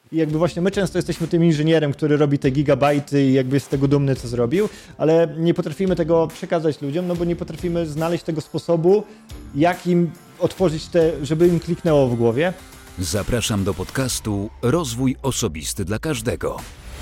I jakby właśnie my często jesteśmy tym inżynierem, który robi te gigabajty i jakby jest z tego dumny, co zrobił, ale nie potrafimy tego przekazać ludziom, no bo nie potrafimy znaleźć tego sposobu, jak im otworzyć żeby im kliknęło w głowie. Zapraszam do podcastu Rozwój Osobisty dla Każdego.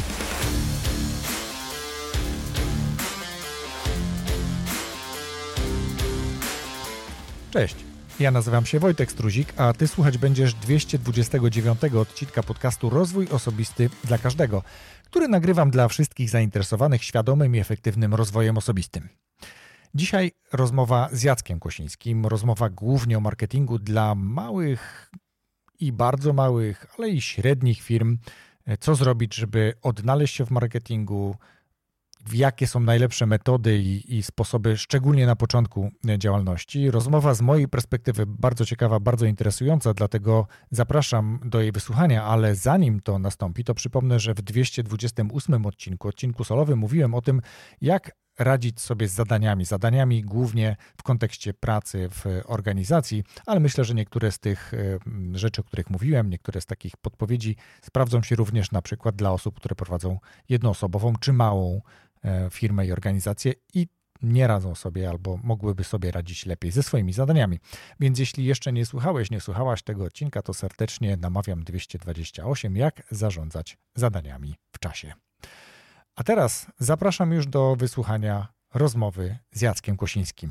Cześć, ja nazywam się Wojtek Struzik, a Ty słuchać będziesz 229 odcinka podcastu Rozwój Osobisty dla Każdego, który nagrywam dla wszystkich zainteresowanych świadomym i efektywnym rozwojem osobistym. Dzisiaj rozmowa z Jackiem Kosińskim, rozmowa głównie o marketingu dla małych i bardzo małych, ale i średnich firm. Co zrobić, żeby odnaleźć się w marketingu, jakie są najlepsze metody i sposoby, szczególnie na początku działalności. Rozmowa z mojej perspektywy bardzo ciekawa, bardzo interesująca, dlatego zapraszam do jej wysłuchania, ale zanim to nastąpi, to przypomnę, że w 228 odcinku solowym mówiłem o tym, jak radzić sobie z zadaniami głównie w kontekście pracy w organizacji, ale myślę, że niektóre z tych rzeczy, o których mówiłem, niektóre z takich podpowiedzi sprawdzą się również na przykład dla osób, które prowadzą jednoosobową czy małą firmę i organizację i nie radzą sobie albo mogłyby sobie radzić lepiej ze swoimi zadaniami. Więc jeśli jeszcze nie słuchałaś tego odcinka, to serdecznie namawiam 228, jak zarządzać zadaniami w czasie. A teraz zapraszam już do wysłuchania rozmowy z Jackiem Kosińskim.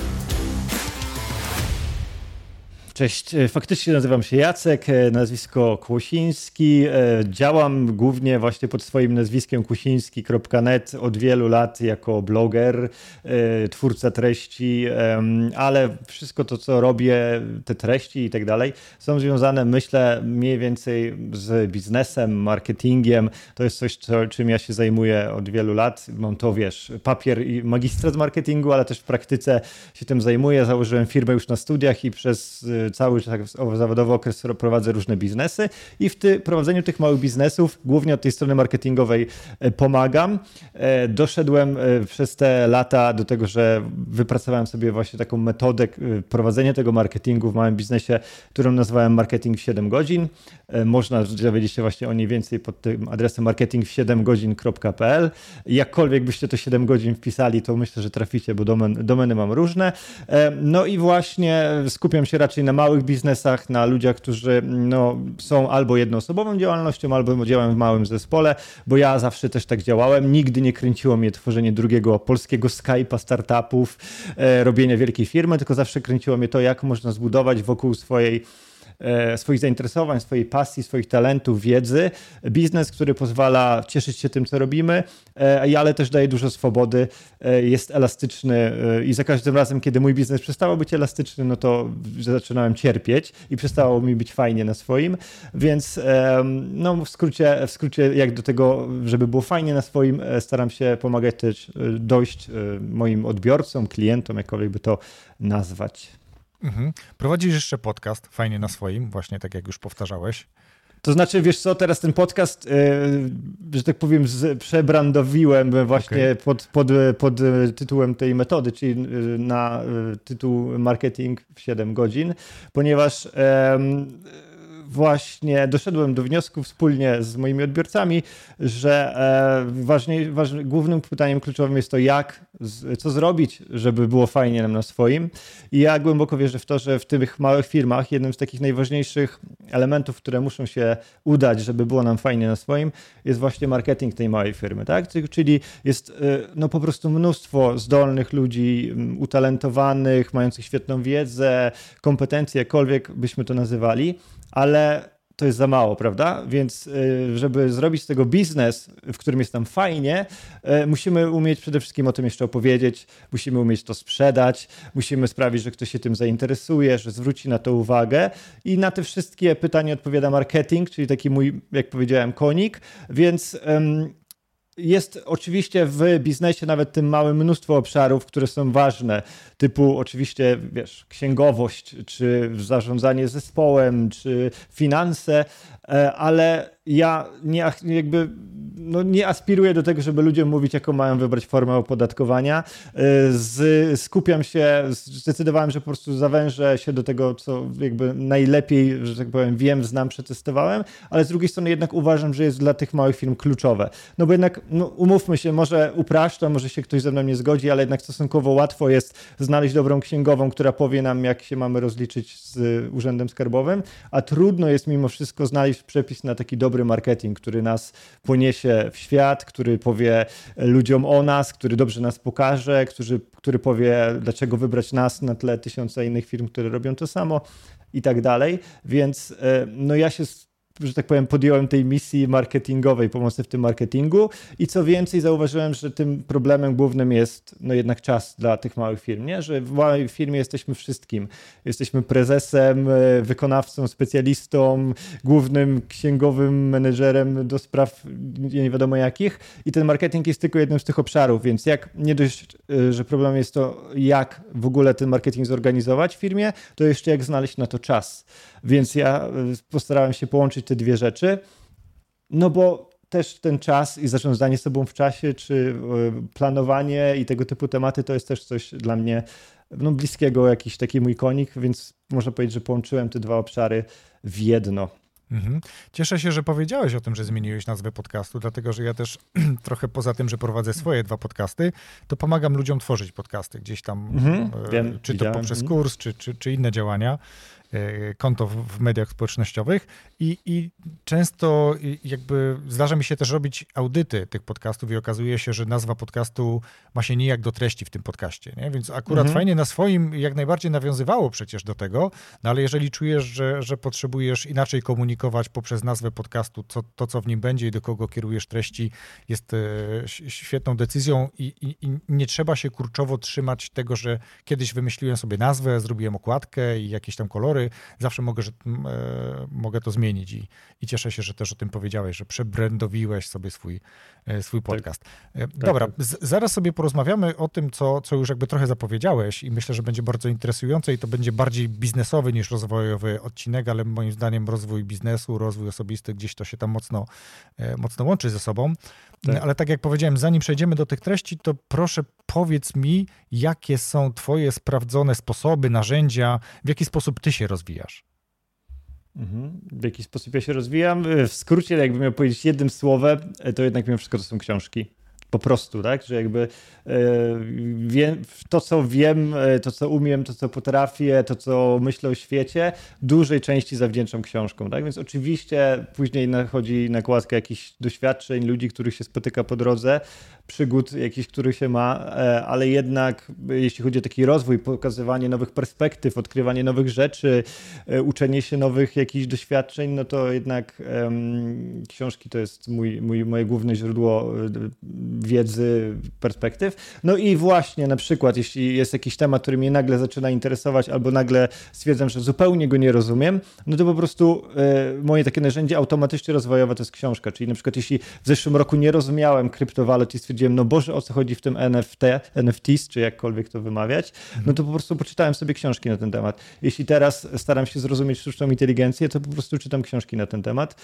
Cześć, faktycznie nazywam się Jacek, nazwisko Kłosiński. Działam głównie właśnie pod swoim nazwiskiem kłosiński.net od wielu lat jako bloger, twórca treści, ale wszystko to, co robię, te treści i tak dalej, są związane, myślę, mniej więcej z biznesem, marketingiem. To jest coś, czym ja się zajmuję od wielu lat. Mam to, papier i magistra z marketingu, ale też w praktyce się tym zajmuję. Założyłem firmę już na studiach i przez cały zawodowy okres prowadzę różne biznesy i w prowadzeniu tych małych biznesów, głównie od tej strony marketingowej, pomagam. Doszedłem przez te lata do tego, że wypracowałem sobie właśnie taką metodę prowadzenia tego marketingu w małym biznesie, którą nazwałem Marketing w 7 godzin. Można dowiedzieć się właśnie o niej więcej pod tym adresem marketing7godzin.pl. Jakkolwiek byście to 7 godzin wpisali, to myślę, że traficie, bo domeny mam różne. No i właśnie skupiam się raczej na małych biznesach, na ludziach, którzy są albo jednoosobową działalnością, albo działają w małym zespole, bo ja zawsze też tak działałem. Nigdy nie kręciło mnie tworzenie drugiego polskiego Skype'a, startupów, robienie wielkiej firmy, tylko zawsze kręciło mnie to, jak można zbudować wokół swoich zainteresowań, swojej pasji, swoich talentów, wiedzy, biznes, który pozwala cieszyć się tym, co robimy, ale też daje dużo swobody, jest elastyczny i za każdym razem, kiedy mój biznes przestał być elastyczny, no to zaczynałem cierpieć i przestało mi być fajnie na swoim, więc w skrócie jak do tego, żeby było fajnie na swoim, staram się pomagać też dojść moim odbiorcom, klientom, jakkolwiek by to nazwać. Prowadzisz jeszcze podcast, fajnie na swoim, właśnie tak jak już powtarzałeś. To znaczy, wiesz co, teraz ten podcast, że tak powiem, przebrandowiłem właśnie pod tytułem tej metody, czyli na tytuł Marketing w 7 godzin, ponieważ właśnie doszedłem do wniosku wspólnie z moimi odbiorcami, że głównym pytaniem kluczowym jest to, co zrobić, żeby było fajnie nam na swoim. I ja głęboko wierzę w to, że w tych małych firmach jednym z takich najważniejszych elementów, które muszą się udać, żeby było nam fajnie na swoim, jest właśnie marketing tej małej firmy, tak? Czyli jest po prostu mnóstwo zdolnych ludzi, utalentowanych, mających świetną wiedzę, kompetencje, jakkolwiek byśmy to nazywali, ale to jest za mało, prawda? Więc żeby zrobić z tego biznes, w którym jest nam fajnie, musimy umieć przede wszystkim o tym jeszcze opowiedzieć, musimy umieć to sprzedać, musimy sprawić, że ktoś się tym zainteresuje, że zwróci na to uwagę i na te wszystkie pytania odpowiada marketing, czyli taki mój, jak powiedziałem, konik, więc jest oczywiście w biznesie nawet tym małym mnóstwo obszarów, które są ważne, typu oczywiście, księgowość, czy zarządzanie zespołem, czy finanse, ale ja no nie aspiruję do tego, żeby ludziom mówić, jaką mają wybrać formę opodatkowania. Zdecydowałem, że po prostu zawężę się do tego, co jakby najlepiej, że tak powiem, wiem, znam, przetestowałem, ale z drugiej strony jednak uważam, że jest dla tych małych firm kluczowe. No bo jednak, umówmy się, może upraszczam, może się ktoś ze mną nie zgodzi, ale jednak stosunkowo łatwo jest znaleźć dobrą księgową, która powie nam, jak się mamy rozliczyć z Urzędem Skarbowym, a trudno jest mimo wszystko znaleźć przepis na taki dobry marketing, który nas poniesie w świat, który powie ludziom o nas, który dobrze nas pokaże, który powie, dlaczego wybrać nas na tle tysiąca innych firm, które robią to samo i tak dalej. Więc no ja się, że tak powiem, podjąłem tej misji marketingowej, pomocy w tym marketingu i co więcej zauważyłem, że tym problemem głównym jest no jednak czas dla tych małych firm, nie? Że w małej firmie jesteśmy wszystkim. Jesteśmy prezesem, wykonawcą, specjalistą, głównym księgowym menedżerem do spraw nie wiadomo jakich i ten marketing jest tylko jednym z tych obszarów, więc jak nie dość, że problem jest to, jak w ogóle ten marketing zorganizować w firmie, to jeszcze jak znaleźć na to czas. Więc ja postarałem się połączyć te dwie rzeczy, no bo też ten czas i zarządzanie sobą w czasie, czy planowanie i tego typu tematy to jest też coś dla mnie no, bliskiego, jakiś taki mój konik, więc można powiedzieć, że połączyłem te dwa obszary w jedno. Mhm. Cieszę się, że powiedziałeś o tym, że zmieniłeś nazwę podcastu, dlatego że ja też trochę poza tym, że prowadzę swoje 2 podcasty, to pomagam ludziom tworzyć podcasty gdzieś tam, czy to poprzez kurs, czy inne działania. Konto w mediach społecznościowych i często jakby zdarza mi się też robić audyty tych podcastów i okazuje się, że nazwa podcastu ma się nijak do treści w tym podcaście, nie? Więc akurat fajnie na swoim jak najbardziej nawiązywało przecież do tego, no ale jeżeli czujesz, że potrzebujesz inaczej komunikować poprzez nazwę podcastu, co w nim będzie i do kogo kierujesz treści, jest świetną decyzją i nie trzeba się kurczowo trzymać tego, że kiedyś wymyśliłem sobie nazwę, zrobiłem okładkę i jakieś tam kolory. Zawsze mogę to zmienić i cieszę się, że też o tym powiedziałeś, że przebrandowiłeś sobie swój podcast. Dobra, zaraz sobie porozmawiamy o tym, co już jakby trochę zapowiedziałeś i myślę, że będzie bardzo interesujące i to będzie bardziej biznesowy niż rozwojowy odcinek, ale moim zdaniem rozwój biznesu, rozwój osobisty, gdzieś to się tam mocno łączy ze sobą. Tak. Ale tak jak powiedziałem, zanim przejdziemy do tych treści, to proszę powiedz mi, jakie są twoje sprawdzone sposoby, narzędzia, w jaki sposób ty się rozwijasz? W jaki sposób ja się rozwijam? W skrócie, jakbym miał powiedzieć jednym słowem, to jednak mimo wszystko to są książki. Po prostu, tak? Że jakby to, co wiem, to, co umiem, to, co potrafię, to, co myślę o świecie, dużej części zawdzięczam książkom, tak? Więc oczywiście później nachodzi nakładka jakichś doświadczeń, ludzi, których się spotyka po drodze, przygód jakichś, których się ma, ale jednak jeśli chodzi o taki rozwój, pokazywanie nowych perspektyw, odkrywanie nowych rzeczy, uczenie się nowych jakichś doświadczeń, no to jednak książki to jest moje główne źródło wiedzy, perspektyw. No i właśnie na przykład, jeśli jest jakiś temat, który mnie nagle zaczyna interesować albo nagle stwierdzam, że zupełnie go nie rozumiem, no to po prostu moje takie narzędzie automatycznie rozwojowe to jest książka. Czyli na przykład jeśli w zeszłym roku nie rozumiałem kryptowalut i stwierdziłem, no Boże, o co chodzi w tym NFTs, czy jakkolwiek to wymawiać, no to po prostu poczytałem sobie książki na ten temat. Jeśli teraz staram się zrozumieć sztuczną inteligencję, to po prostu czytam książki na ten temat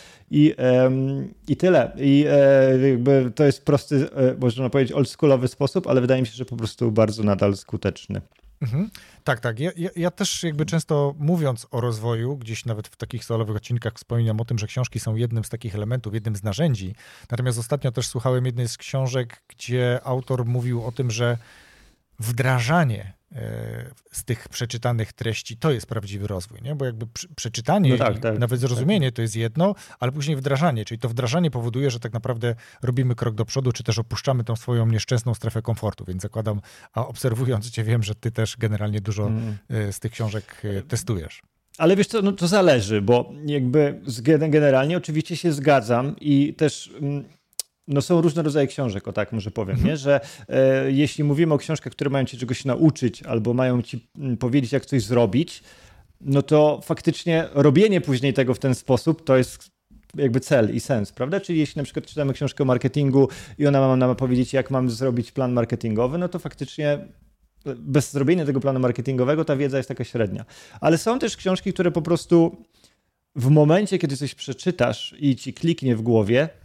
i tyle. I jakby to jest prosty, można powiedzieć, oldschoolowy sposób, ale wydaje mi się, że po prostu bardzo nadal skuteczny. Mhm. Tak. Ja też jakby często mówiąc o rozwoju, gdzieś nawet w takich solowych odcinkach wspominam o tym, że książki są jednym z takich elementów, jednym z narzędzi. Natomiast ostatnio też słuchałem jednej z książek, gdzie autor mówił o tym, że wdrażanie z tych przeczytanych treści to jest prawdziwy rozwój, nie? Bo jakby przeczytanie, no nawet zrozumienie to jest jedno, ale później wdrażanie, czyli to wdrażanie powoduje, że tak naprawdę robimy krok do przodu, czy też opuszczamy tą swoją nieszczęsną strefę komfortu, więc zakładam, a obserwując cię wiem, że ty też generalnie dużo z tych książek testujesz. Ale wiesz co, no to zależy, bo jakby generalnie oczywiście się zgadzam i też no są różne rodzaje książek, o tak może powiem, nie? Że jeśli mówimy o książkach, które mają cię czegoś nauczyć albo mają ci powiedzieć, jak coś zrobić, no to faktycznie robienie później tego w ten sposób to jest jakby cel i sens, prawda? Czyli jeśli na przykład czytamy książkę o marketingu i ona ma nam powiedzieć, jak mam zrobić plan marketingowy, no to faktycznie bez zrobienia tego planu marketingowego ta wiedza jest taka średnia. Ale są też książki, które po prostu w momencie, kiedy coś przeczytasz i ci kliknie w głowie,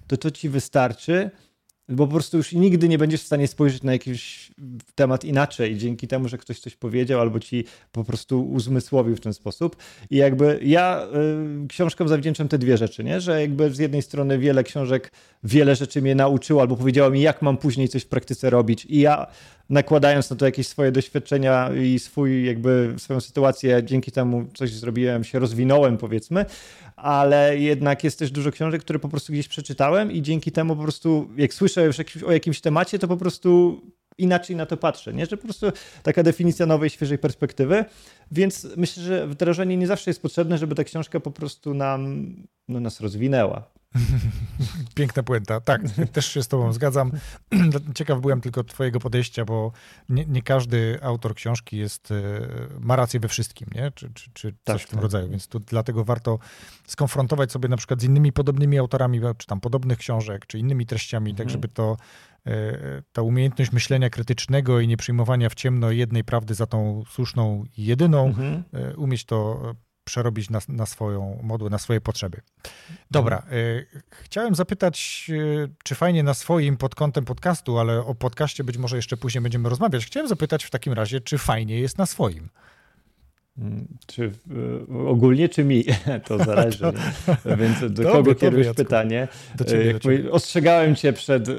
to ci wystarczy, bo po prostu już nigdy nie będziesz w stanie spojrzeć na jakiś temat inaczej, dzięki temu, że ktoś coś powiedział albo ci po prostu uzmysłowił w ten sposób. I jakby ja książkom zawdzięczam te dwie rzeczy, nie? Że jakby z jednej strony wiele książek, wiele rzeczy mnie nauczyło albo powiedziało mi, jak mam później coś w praktyce robić i ja nakładając na to jakieś swoje doświadczenia i swoją sytuację, dzięki temu coś zrobiłem, się rozwinąłem, powiedzmy, ale jednak jest też dużo książek, które po prostu gdzieś przeczytałem i dzięki temu po prostu, jak słyszę już o jakimś temacie, to po prostu inaczej na to patrzę, nie? Że po prostu taka definicja nowej, świeżej perspektywy, więc myślę, że wdrażanie nie zawsze jest potrzebne, żeby ta książka po prostu nas rozwinęła. Piękna puenta. Tak, też się z tobą zgadzam. Ciekaw byłem tylko twojego podejścia, bo nie każdy autor książki ma rację we wszystkim, nie? Czy coś w tym rodzaju, więc tu dlatego warto skonfrontować sobie na przykład z innymi podobnymi autorami, czy tam podobnych książek, czy innymi treściami, tak żeby ta umiejętność myślenia krytycznego i nie przyjmowania w ciemno jednej prawdy za tą słuszną i jedyną, umieć to przerobić na swoją modłę, na swoje potrzeby. Dobra, chciałem zapytać, czy fajnie na swoim pod kątem podcastu, ale o podcaście być może jeszcze później będziemy rozmawiać. Chciałem zapytać w takim razie, czy fajnie jest na swoim? Czy ogólnie, czy mi? To zależy. Więc do kogo kierujesz pytanie? Do ciebie. Ostrzegałem cię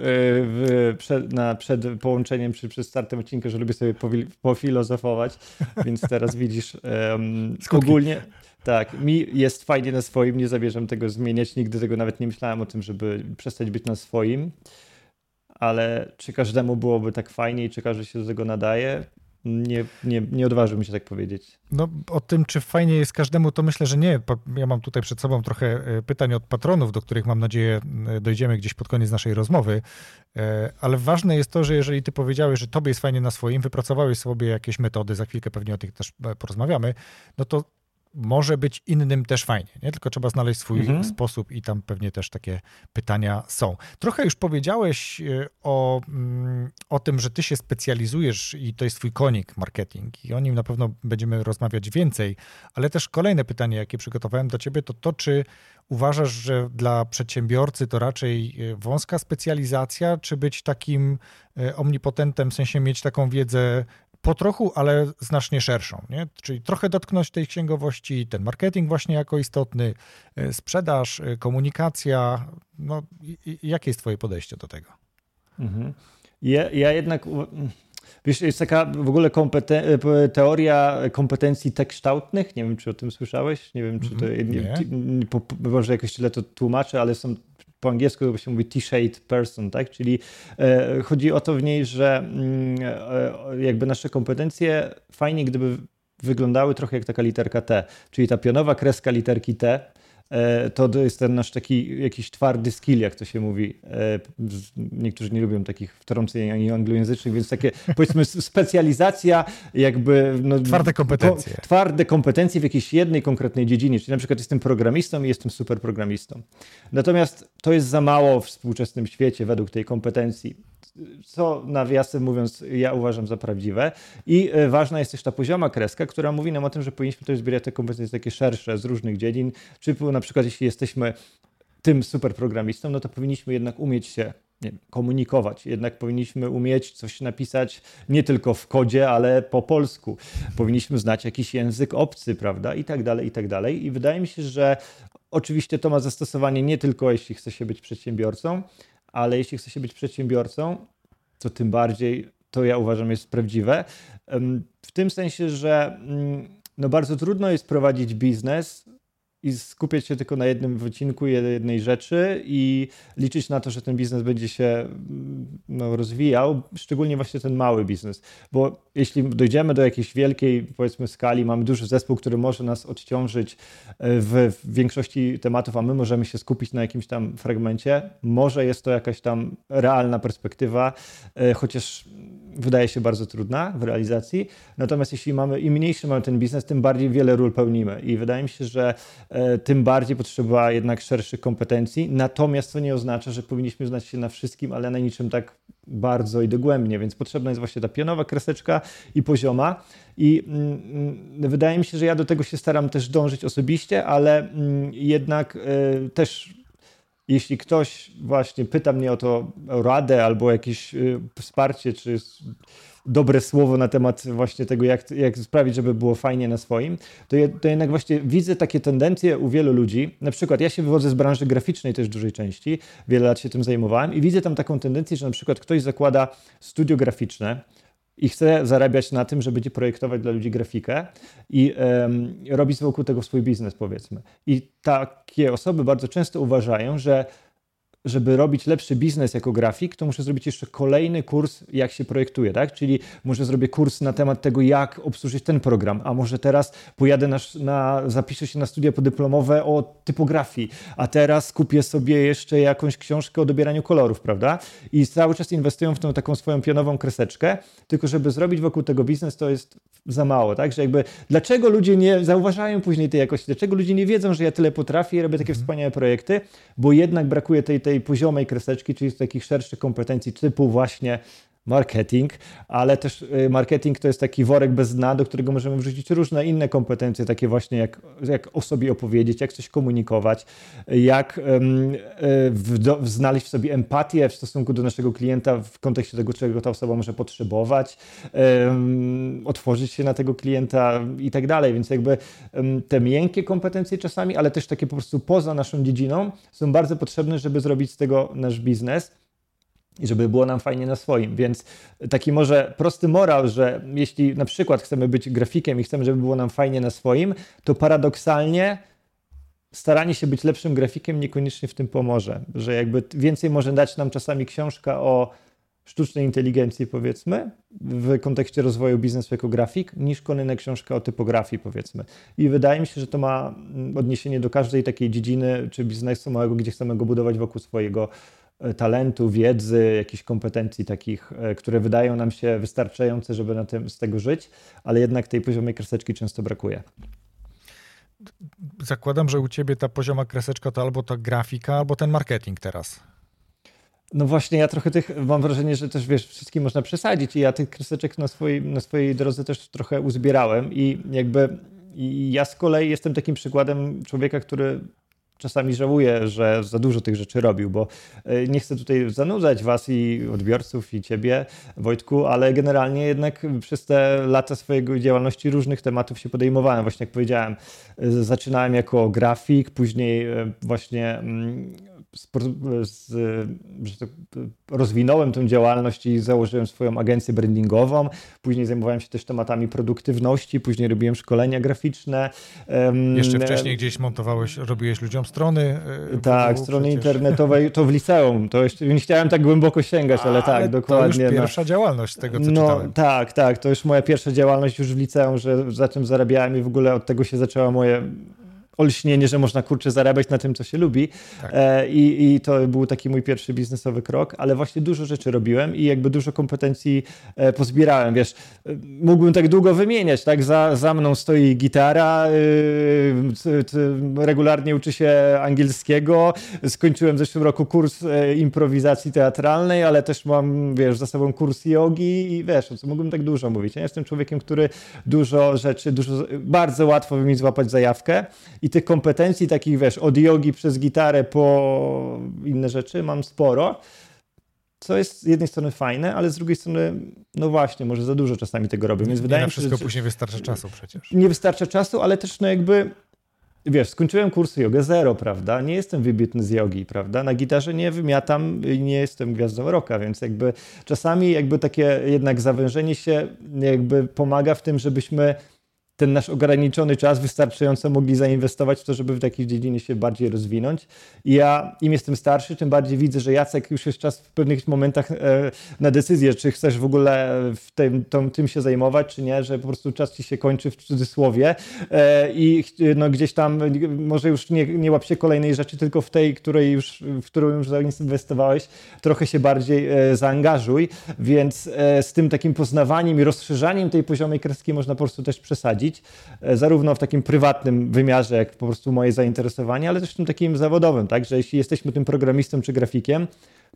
przed połączeniem, czy przed startem odcinka, że lubię sobie pofilozofować, więc teraz widzisz ogólnie. Tak, mi jest fajnie na swoim, nie zamierzam tego zmieniać, nigdy tego nawet nie myślałem o tym, żeby przestać być na swoim, ale czy każdemu byłoby tak fajnie i czy każdy się do tego nadaje? Nie odważyłbym się tak powiedzieć. No o tym, czy fajnie jest każdemu, to myślę, że nie. Ja mam tutaj przed sobą trochę pytań od patronów, do których mam nadzieję dojdziemy gdzieś pod koniec naszej rozmowy, ale ważne jest to, że jeżeli ty powiedziałeś, że tobie jest fajnie na swoim, wypracowałeś sobie jakieś metody, za chwilkę pewnie o tych też porozmawiamy, no to może być innym też fajnie, nie? Tylko trzeba znaleźć swój sposób i tam pewnie też takie pytania są. Trochę już powiedziałeś o tym, że ty się specjalizujesz i to jest twój konik marketing i o nim na pewno będziemy rozmawiać więcej, ale też kolejne pytanie, jakie przygotowałem dla ciebie, to czy uważasz, że dla przedsiębiorcy to raczej wąska specjalizacja, czy być takim omnipotentem, w sensie mieć taką wiedzę po trochu, ale znacznie szerszą, nie? Czyli trochę dotknąć tej księgowości, ten marketing właśnie jako istotny, sprzedaż, komunikacja. No, jakie jest twoje podejście do tego? Ja jednak, wiesz, jest taka w ogóle teoria kompetencji tekkształtnych, nie wiem, czy o tym słyszałeś, nie wiem, czy to może jakoś źle to tłumaczę, ale są po angielsku się mówi T-shaped person, tak? Czyli chodzi o to w niej, że jakby nasze kompetencje fajnie gdyby wyglądały trochę jak taka literka T, czyli ta pionowa kreska literki T, to jest ten nasz taki jakiś twardy skill, jak to się mówi. Niektórzy nie lubią takich wtrąceń anglojęzycznych, więc takie powiedzmy specjalizacja jakby... No, twarde kompetencje. Twarde kompetencje w jakiejś jednej konkretnej dziedzinie, czyli na przykład jestem programistą i jestem super programistą. Natomiast to jest za mało w współczesnym świecie według tej kompetencji, co nawiasem mówiąc ja uważam za prawdziwe i ważna jest też ta pozioma kreska, która mówi nam o tym, że powinniśmy też zbierać te kompetencje takie szersze z różnych dziedzin, czy na przykład jeśli jesteśmy tym super programistą, no to powinniśmy jednak umieć się komunikować, jednak powinniśmy umieć coś napisać nie tylko w kodzie, ale po polsku. Powinniśmy znać jakiś język obcy, prawda, i tak dalej, i tak dalej. I wydaje mi się, że oczywiście to ma zastosowanie nie tylko jeśli chce się być przedsiębiorcą, ale jeśli chce się być przedsiębiorcą, to tym bardziej to ja uważam jest prawdziwe. W tym sensie, że no bardzo trudno jest prowadzić biznes i skupiać się tylko na jednym wycinku, jednej rzeczy i liczyć na to, że ten biznes będzie się rozwijał, szczególnie właśnie ten mały biznes. Bo jeśli dojdziemy do jakiejś wielkiej, powiedzmy, skali, mamy duży zespół, który może nas odciążyć w większości tematów, a my możemy się skupić na jakimś tam fragmencie, może jest to jakaś tam realna perspektywa, chociaż wydaje się bardzo trudna w realizacji. Natomiast jeśli im mniejszy mamy ten biznes, tym bardziej wiele ról pełnimy. I wydaje mi się, że tym bardziej potrzeba jednak szerszych kompetencji. Natomiast to nie oznacza, że powinniśmy znać się na wszystkim, ale na niczym tak bardzo i dogłębnie. Więc potrzebna jest właśnie ta pionowa kreseczka i pozioma. I wydaje mi się, że ja do tego się staram też dążyć osobiście, ale jednak też jeśli ktoś właśnie pyta mnie o radę albo jakieś wsparcie, czy dobre słowo na temat właśnie tego, jak sprawić, żeby było fajnie na swoim, to jednak właśnie widzę takie tendencje u wielu ludzi. Na przykład ja się wywodzę z branży graficznej też w dużej części, wiele lat się tym zajmowałem i widzę tam taką tendencję, że na przykład ktoś zakłada studio graficzne i chce zarabiać na tym, że będzie projektować dla ludzi grafikę i robić wokół tego swój biznes, powiedzmy. I takie osoby bardzo często uważają, że żeby robić lepszy biznes jako grafik, to muszę zrobić jeszcze kolejny kurs, jak się projektuje, tak? Czyli może zrobię kurs na temat tego, jak obsłużyć ten program, a może teraz pojadę zapiszę się na studia podyplomowe o typografii, a teraz kupię sobie jeszcze jakąś książkę o dobieraniu kolorów, prawda? I cały czas inwestują w tą taką swoją pionową kreseczkę, tylko żeby zrobić wokół tego biznes, to jest za mało, tak? Że jakby dlaczego ludzie nie zauważają później tej jakości, dlaczego ludzie nie wiedzą, że ja tyle potrafię i robię takie wspaniałe projekty, bo jednak brakuje tej poziomej kreseczki, czyli takich szerszych kompetencji typu właśnie marketing, ale też marketing to jest taki worek bez dna, do którego możemy wrzucić różne inne kompetencje, takie właśnie jak o sobie opowiedzieć, jak coś komunikować, jak znaleźć w sobie empatię w stosunku do naszego klienta w kontekście tego, czego ta osoba może potrzebować, otworzyć się na tego klienta i tak dalej. Więc jakby te miękkie kompetencje czasami, ale też takie po prostu poza naszą dziedziną są bardzo potrzebne, żeby zrobić z tego nasz biznes i żeby było nam fajnie na swoim. Więc taki może prosty morał, że jeśli na przykład chcemy być grafikiem i chcemy, żeby było nam fajnie na swoim, to paradoksalnie staranie się być lepszym grafikiem niekoniecznie w tym pomoże. Że jakby więcej może dać nam czasami książka o sztucznej inteligencji, powiedzmy, w kontekście rozwoju biznesu jako grafik, niż kolejna książka o typografii, powiedzmy. I wydaje mi się, że to ma odniesienie do każdej takiej dziedziny czy biznesu małego, gdzie chcemy go budować wokół swojego talentu, wiedzy, jakichś kompetencji takich, które wydają nam się wystarczające, żeby z tego żyć, ale jednak tej poziomej kreseczki często brakuje. Zakładam, że u ciebie ta pozioma kreseczka to albo ta grafika, albo ten marketing teraz. No właśnie, ja trochę mam wrażenie, że też wiesz, wszystkim można przesadzić i ja tych kreseczek na swojej drodze też trochę uzbierałem i ja z kolei jestem takim przykładem człowieka, który czasami żałuję, że za dużo tych rzeczy robił, bo nie chcę tutaj zanudzać was i odbiorców i ciebie, Wojtku, ale generalnie jednak przez te lata swojej działalności różnych tematów się podejmowałem. Właśnie jak powiedziałem, zaczynałem jako grafik, później właśnie rozwinąłem tę działalność i założyłem swoją agencję brandingową. Później zajmowałem się też tematami produktywności, później robiłem szkolenia graficzne. Jeszcze wcześniej gdzieś robiłeś ludziom strony. Tak, strony internetowe, to w liceum. To jeszcze nie chciałem tak głęboko sięgać, ale tak, dokładnie. To już pierwsza działalność z tego, co czytałem. Tak, to już moja pierwsza działalność już w liceum, że za czym zarabiałem i w ogóle od tego się zaczęło moje olśnienie, że można zarabiać na tym, co się lubi. Tak. I to był taki mój pierwszy biznesowy krok, ale właśnie dużo rzeczy robiłem i jakby dużo kompetencji pozbierałem. Wiesz, mógłbym tak długo wymieniać, tak? Za mną stoi gitara, regularnie uczy się angielskiego, skończyłem w zeszłym roku kurs improwizacji teatralnej, ale też mam, za sobą kurs jogi i wiesz, o co mógłbym tak dużo mówić. Ja jestem człowiekiem, który bardzo łatwo mi złapać zajawkę. I tych kompetencji takich, od jogi przez gitarę po inne rzeczy mam sporo, co jest z jednej strony fajne, ale z drugiej strony, no właśnie, może za dużo czasami tego robię. Więc wydaje mi się, wszystko później wystarcza czasu przecież. Nie wystarcza czasu, ale też skończyłem kursy Yoga Zero, prawda? Nie jestem wybitny z jogi, prawda? Na gitarze nie wymiatam i nie jestem gwiazdą rocka, więc czasami takie jednak zawężenie się pomaga w tym, żebyśmy ten nasz ograniczony czas wystarczająco mogli zainwestować w to, żeby w takiej dziedzinie się bardziej rozwinąć. I ja, im jestem starszy, tym bardziej widzę, że Jacek, już jest czas w pewnych momentach na decyzję, czy chcesz w ogóle tym się zajmować, czy nie, że po prostu czas ci się kończy w cudzysłowie i gdzieś tam może już nie łap się kolejnej rzeczy, tylko w tej, w którą już zainwestowałeś, trochę się bardziej zaangażuj, więc z tym takim poznawaniem i rozszerzaniem tej poziomej kreski można po prostu też przesadzić. Zarówno w takim prywatnym wymiarze, jak po prostu moje zainteresowanie, ale też w tym takim zawodowym, tak, że jeśli jesteśmy tym programistą czy grafikiem,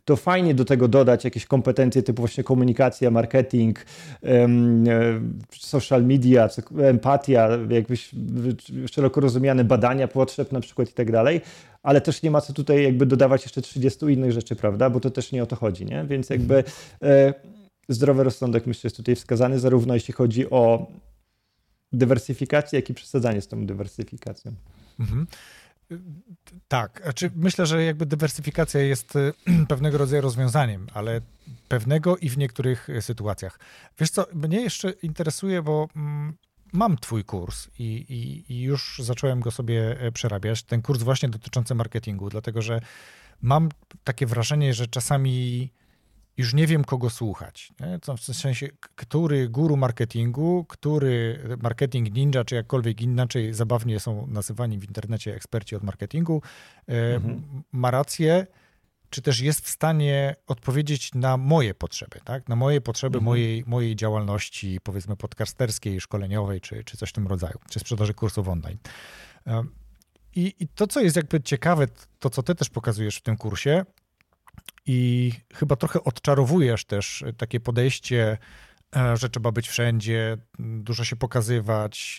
to fajnie do tego dodać jakieś kompetencje typu właśnie komunikacja, marketing, social media, empatia, jakbyś szeroko rozumiane badania potrzeb na przykład i tak dalej, ale też nie ma co tutaj jakby dodawać jeszcze 30 innych rzeczy, prawda, bo to też nie o to chodzi, nie? Więc jakby zdrowy rozsądek myślę jest tutaj wskazany, zarówno jeśli chodzi o dywersyfikację, jak i przesadzanie z tą dywersyfikacją. Mhm. Tak, znaczy myślę, że jakby dywersyfikacja jest pewnego rodzaju rozwiązaniem, ale pewnego i w niektórych sytuacjach. Wiesz co, mnie jeszcze interesuje, bo mam twój kurs i już zacząłem go sobie przerabiać, ten kurs właśnie dotyczący marketingu, dlatego że mam takie wrażenie, że czasami już nie wiem, kogo słuchać. Nie? W sensie, który guru marketingu, który marketing ninja, czy jakkolwiek inaczej zabawnie są nazywani w internecie eksperci od marketingu, ma rację, czy też jest w stanie odpowiedzieć na moje potrzeby, tak? Na moje potrzeby mojej działalności, powiedzmy podcasterskiej, szkoleniowej, czy coś w tym rodzaju, czy sprzedaży kursów online. I to, co jest jakby ciekawe, to co ty też pokazujesz w tym kursie, i chyba trochę odczarowujesz też takie podejście, że trzeba być wszędzie, dużo się pokazywać.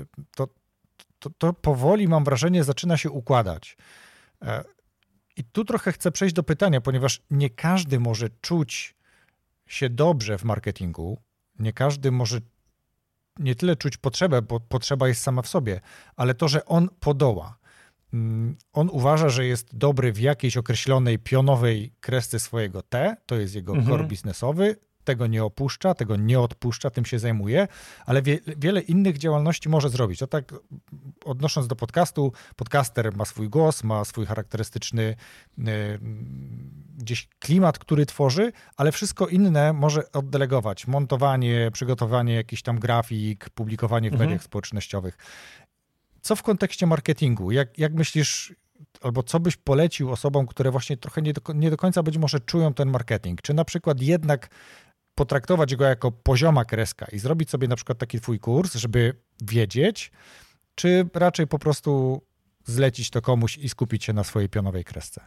To powoli, mam wrażenie, zaczyna się układać. I tu trochę chcę przejść do pytania, ponieważ nie każdy może czuć się dobrze w marketingu, nie każdy może nie tyle czuć potrzebę, bo potrzeba jest sama w sobie, ale to, że on podoła. On uważa, że jest dobry w jakiejś określonej pionowej kresce swojego T, to jest jego core biznesowy, tego nie opuszcza, tego nie odpuszcza, tym się zajmuje, ale wiele innych działalności może zrobić. To tak odnosząc do podcastu, podcaster ma swój głos, ma swój charakterystyczny gdzieś klimat, który tworzy, ale wszystko inne może oddelegować. Montowanie, przygotowanie jakichś tam grafik, publikowanie w mediach społecznościowych. Co w kontekście marketingu? Jak myślisz, albo co byś polecił osobom, które właśnie trochę nie do końca być może czują ten marketing? Czy na przykład jednak potraktować go jako pozioma kreska i zrobić sobie na przykład taki twój kurs, żeby wiedzieć, czy raczej po prostu zlecić to komuś i skupić się na swojej pionowej kresce?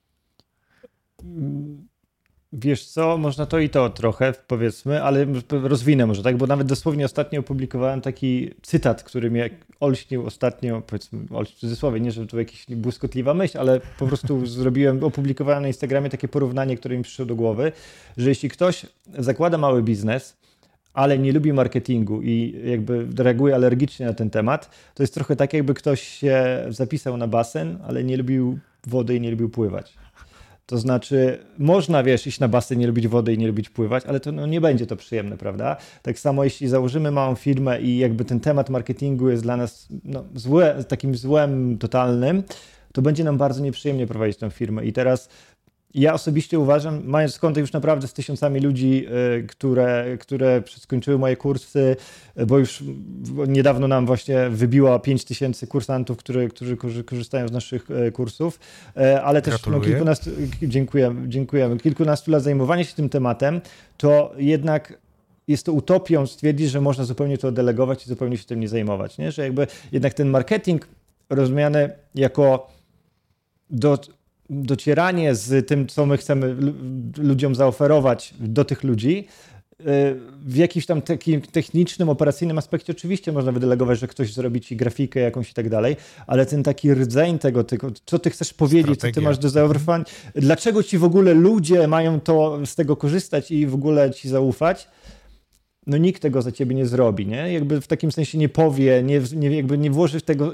Wiesz co, można to i to trochę, powiedzmy, ale rozwinę może, tak? Bo nawet dosłownie ostatnio opublikowałem taki cytat, który mnie olśnił ostatnio, powiedzmy, w cudzysłowie, nie, że to jakaś błyskotliwa myśl, ale po prostu opublikowałem na Instagramie takie porównanie, które mi przyszło do głowy, że jeśli ktoś zakłada mały biznes, ale nie lubi marketingu i jakby reaguje alergicznie na ten temat, to jest trochę tak, jakby ktoś się zapisał na basen, ale nie lubił wody i nie lubił pływać. To znaczy, można, iść na basen, nie lubić wody i nie lubić pływać, ale to nie będzie to przyjemne, prawda? Tak samo jeśli założymy małą firmę i jakby ten temat marketingu jest dla nas takim złem totalnym, to będzie nam bardzo nieprzyjemnie prowadzić tę firmę. I teraz ja osobiście uważam, mając kontakt już naprawdę z tysiącami ludzi, które skończyły moje kursy, bo już niedawno nam właśnie wybiło 5000 kursantów, którzy korzystają z naszych kursów, ale też dziękujemy, kilkunastu lat zajmowania się tym tematem, to jednak jest to utopią stwierdzić, że można zupełnie to delegować i zupełnie się tym nie zajmować, nie? Że jakby jednak ten marketing rozumiany jako docieranie z tym, co my chcemy ludziom zaoferować do tych ludzi, w jakimś tam takim technicznym, operacyjnym aspekcie oczywiście można wydelegować, że ktoś zrobi ci grafikę jakąś i tak dalej, ale ten taki rdzeń tego, co ty chcesz powiedzieć, co ty masz do zaoferowania, dlaczego ci w ogóle ludzie mają z tego korzystać i w ogóle ci zaufać, no nikt tego za ciebie nie zrobi, nie? Jakby w takim sensie nie powie, jakby nie włoży w tego,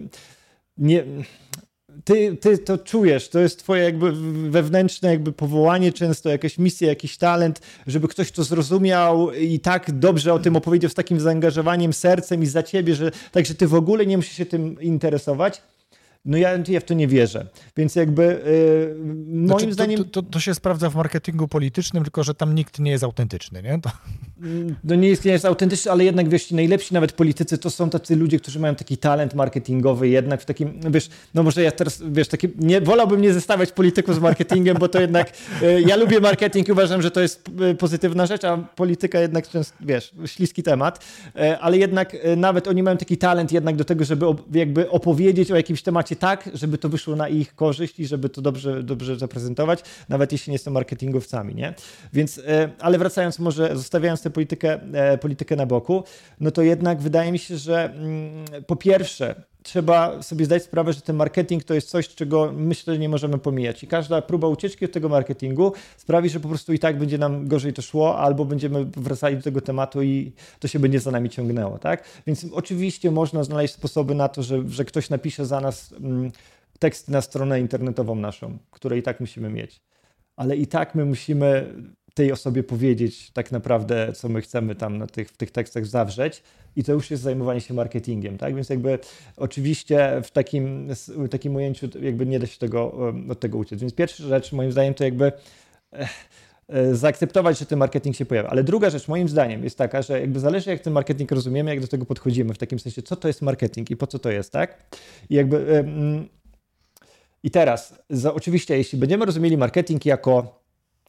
Ty to czujesz, to jest twoje jakby wewnętrzne jakby powołanie, często jakaś misja, jakiś talent, żeby ktoś to zrozumiał i tak dobrze o tym opowiedział z takim zaangażowaniem, sercem i za ciebie, że także ty w ogóle nie musisz się tym interesować. No ja w to nie wierzę. Więc jakby moim zdaniem... To się sprawdza w marketingu politycznym, tylko że tam nikt nie jest autentyczny, nie? no nie jest autentyczny, ale jednak wiesz, najlepsi nawet politycy to są tacy ludzie, którzy mają taki talent marketingowy jednak w takim, wiesz, no może ja teraz, wiesz, taki, wolałbym nie zestawiać polityków z marketingiem, bo to jednak, ja lubię marketing i uważam, że to jest pozytywna rzecz, a polityka jednak często, wiesz, śliski temat, ale jednak nawet oni mają taki talent jednak do tego, żeby jakby opowiedzieć o jakimś temacie tak, żeby to wyszło na ich korzyść i żeby to dobrze zaprezentować, nawet jeśli nie są marketingowcami, nie? Więc, ale wracając może, zostawiając tę politykę na boku, no to jednak wydaje mi się, że po pierwsze trzeba sobie zdać sprawę, że ten marketing to jest coś, czego myślę, że nie możemy pomijać i każda próba ucieczki od tego marketingu sprawi, że po prostu i tak będzie nam gorzej to szło, albo będziemy wracali do tego tematu i to się będzie za nami ciągnęło, tak? Więc oczywiście można znaleźć sposoby na to, że ktoś napisze za nas tekst na stronę internetową naszą, której i tak musimy mieć, ale i tak my musimy tej osobie powiedzieć tak naprawdę, co my chcemy tam w tych tekstach zawrzeć i to już jest zajmowanie się marketingiem, tak? Więc jakby oczywiście w takim ujęciu jakby nie da się od tego uciec. Więc pierwsza rzecz moim zdaniem to jakby zaakceptować, że ten marketing się pojawia. Ale druga rzecz moim zdaniem jest taka, że jakby zależy jak ten marketing rozumiemy, jak do tego podchodzimy, w takim sensie, co to jest marketing i po co to jest, tak? I jakby i teraz, oczywiście jeśli będziemy rozumieli marketing jako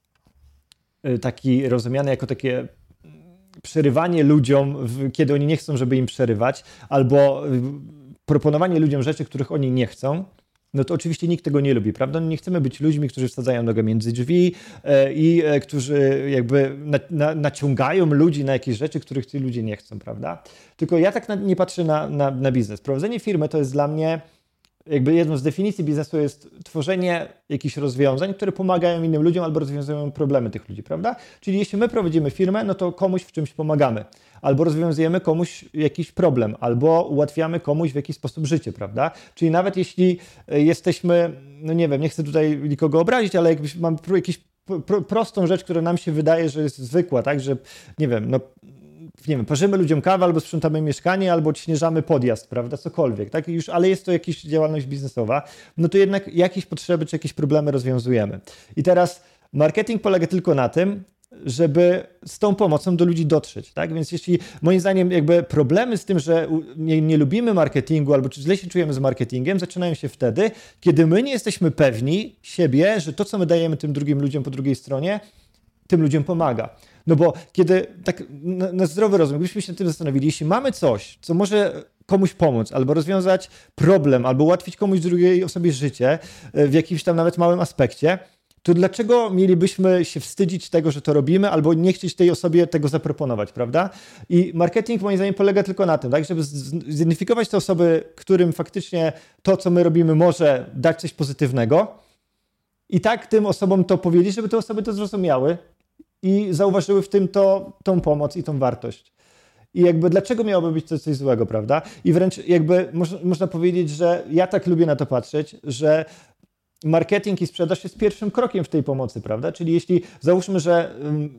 taki rozumiany jako takie przerywanie ludziom, kiedy oni nie chcą, żeby im przerywać, albo proponowanie ludziom rzeczy, których oni nie chcą, no to oczywiście nikt tego nie lubi, prawda? No nie chcemy być ludźmi, którzy wsadzają nogę między drzwi i którzy jakby naciągają ludzi na jakieś rzeczy, których ci ludzie nie chcą, prawda? Tylko ja tak nie patrzę na biznes. Prowadzenie firmy to jest dla mnie jakby jedną z definicji biznesu jest tworzenie jakichś rozwiązań, które pomagają innym ludziom albo rozwiązują problemy tych ludzi, prawda? Czyli jeśli my prowadzimy firmę, no to komuś w czymś pomagamy. Albo rozwiązujemy komuś jakiś problem, albo ułatwiamy komuś w jakiś sposób życie, prawda? Czyli nawet jeśli jesteśmy, no nie wiem, nie chcę tutaj nikogo obrazić, ale jakbyś mam jakąś prostą rzecz, która nam się wydaje, że jest zwykła, tak? Że nie wiem, no nie wiem, parzymy ludziom kawę, albo sprzątamy mieszkanie, albo odśnieżamy podjazd, prawda, cokolwiek, tak? Już, ale jest to jakaś działalność biznesowa, no to jednak jakieś potrzeby czy jakieś problemy rozwiązujemy. I teraz marketing polega tylko na tym, żeby z tą pomocą do ludzi dotrzeć, tak? Więc jeśli moim zdaniem jakby problemy z tym, że nie lubimy marketingu albo czy źle się czujemy z marketingiem, zaczynają się wtedy, kiedy my nie jesteśmy pewni siebie, że to, co my dajemy tym drugim ludziom po drugiej stronie, tym ludziom pomaga. No bo kiedy tak na zdrowy rozum, gdybyśmy się nad tym zastanowili, jeśli mamy coś, co może komuś pomóc, albo rozwiązać problem, albo ułatwić komuś drugiej osobie życie w jakimś tam nawet małym aspekcie, to dlaczego mielibyśmy się wstydzić tego, że to robimy, albo nie chcieć tej osobie tego zaproponować, prawda? I marketing moim zdaniem polega tylko na tym, tak, żeby zidentyfikować te osoby, którym faktycznie to, co my robimy, może dać coś pozytywnego i tak tym osobom to powiedzieć, żeby te osoby to zrozumiały i zauważyły w tym tą pomoc i tą wartość. I jakby dlaczego miałoby być to coś złego, prawda? I wręcz jakby można powiedzieć, że ja tak lubię na to patrzeć, że marketing i sprzedaż jest pierwszym krokiem w tej pomocy, prawda? Czyli jeśli załóżmy, że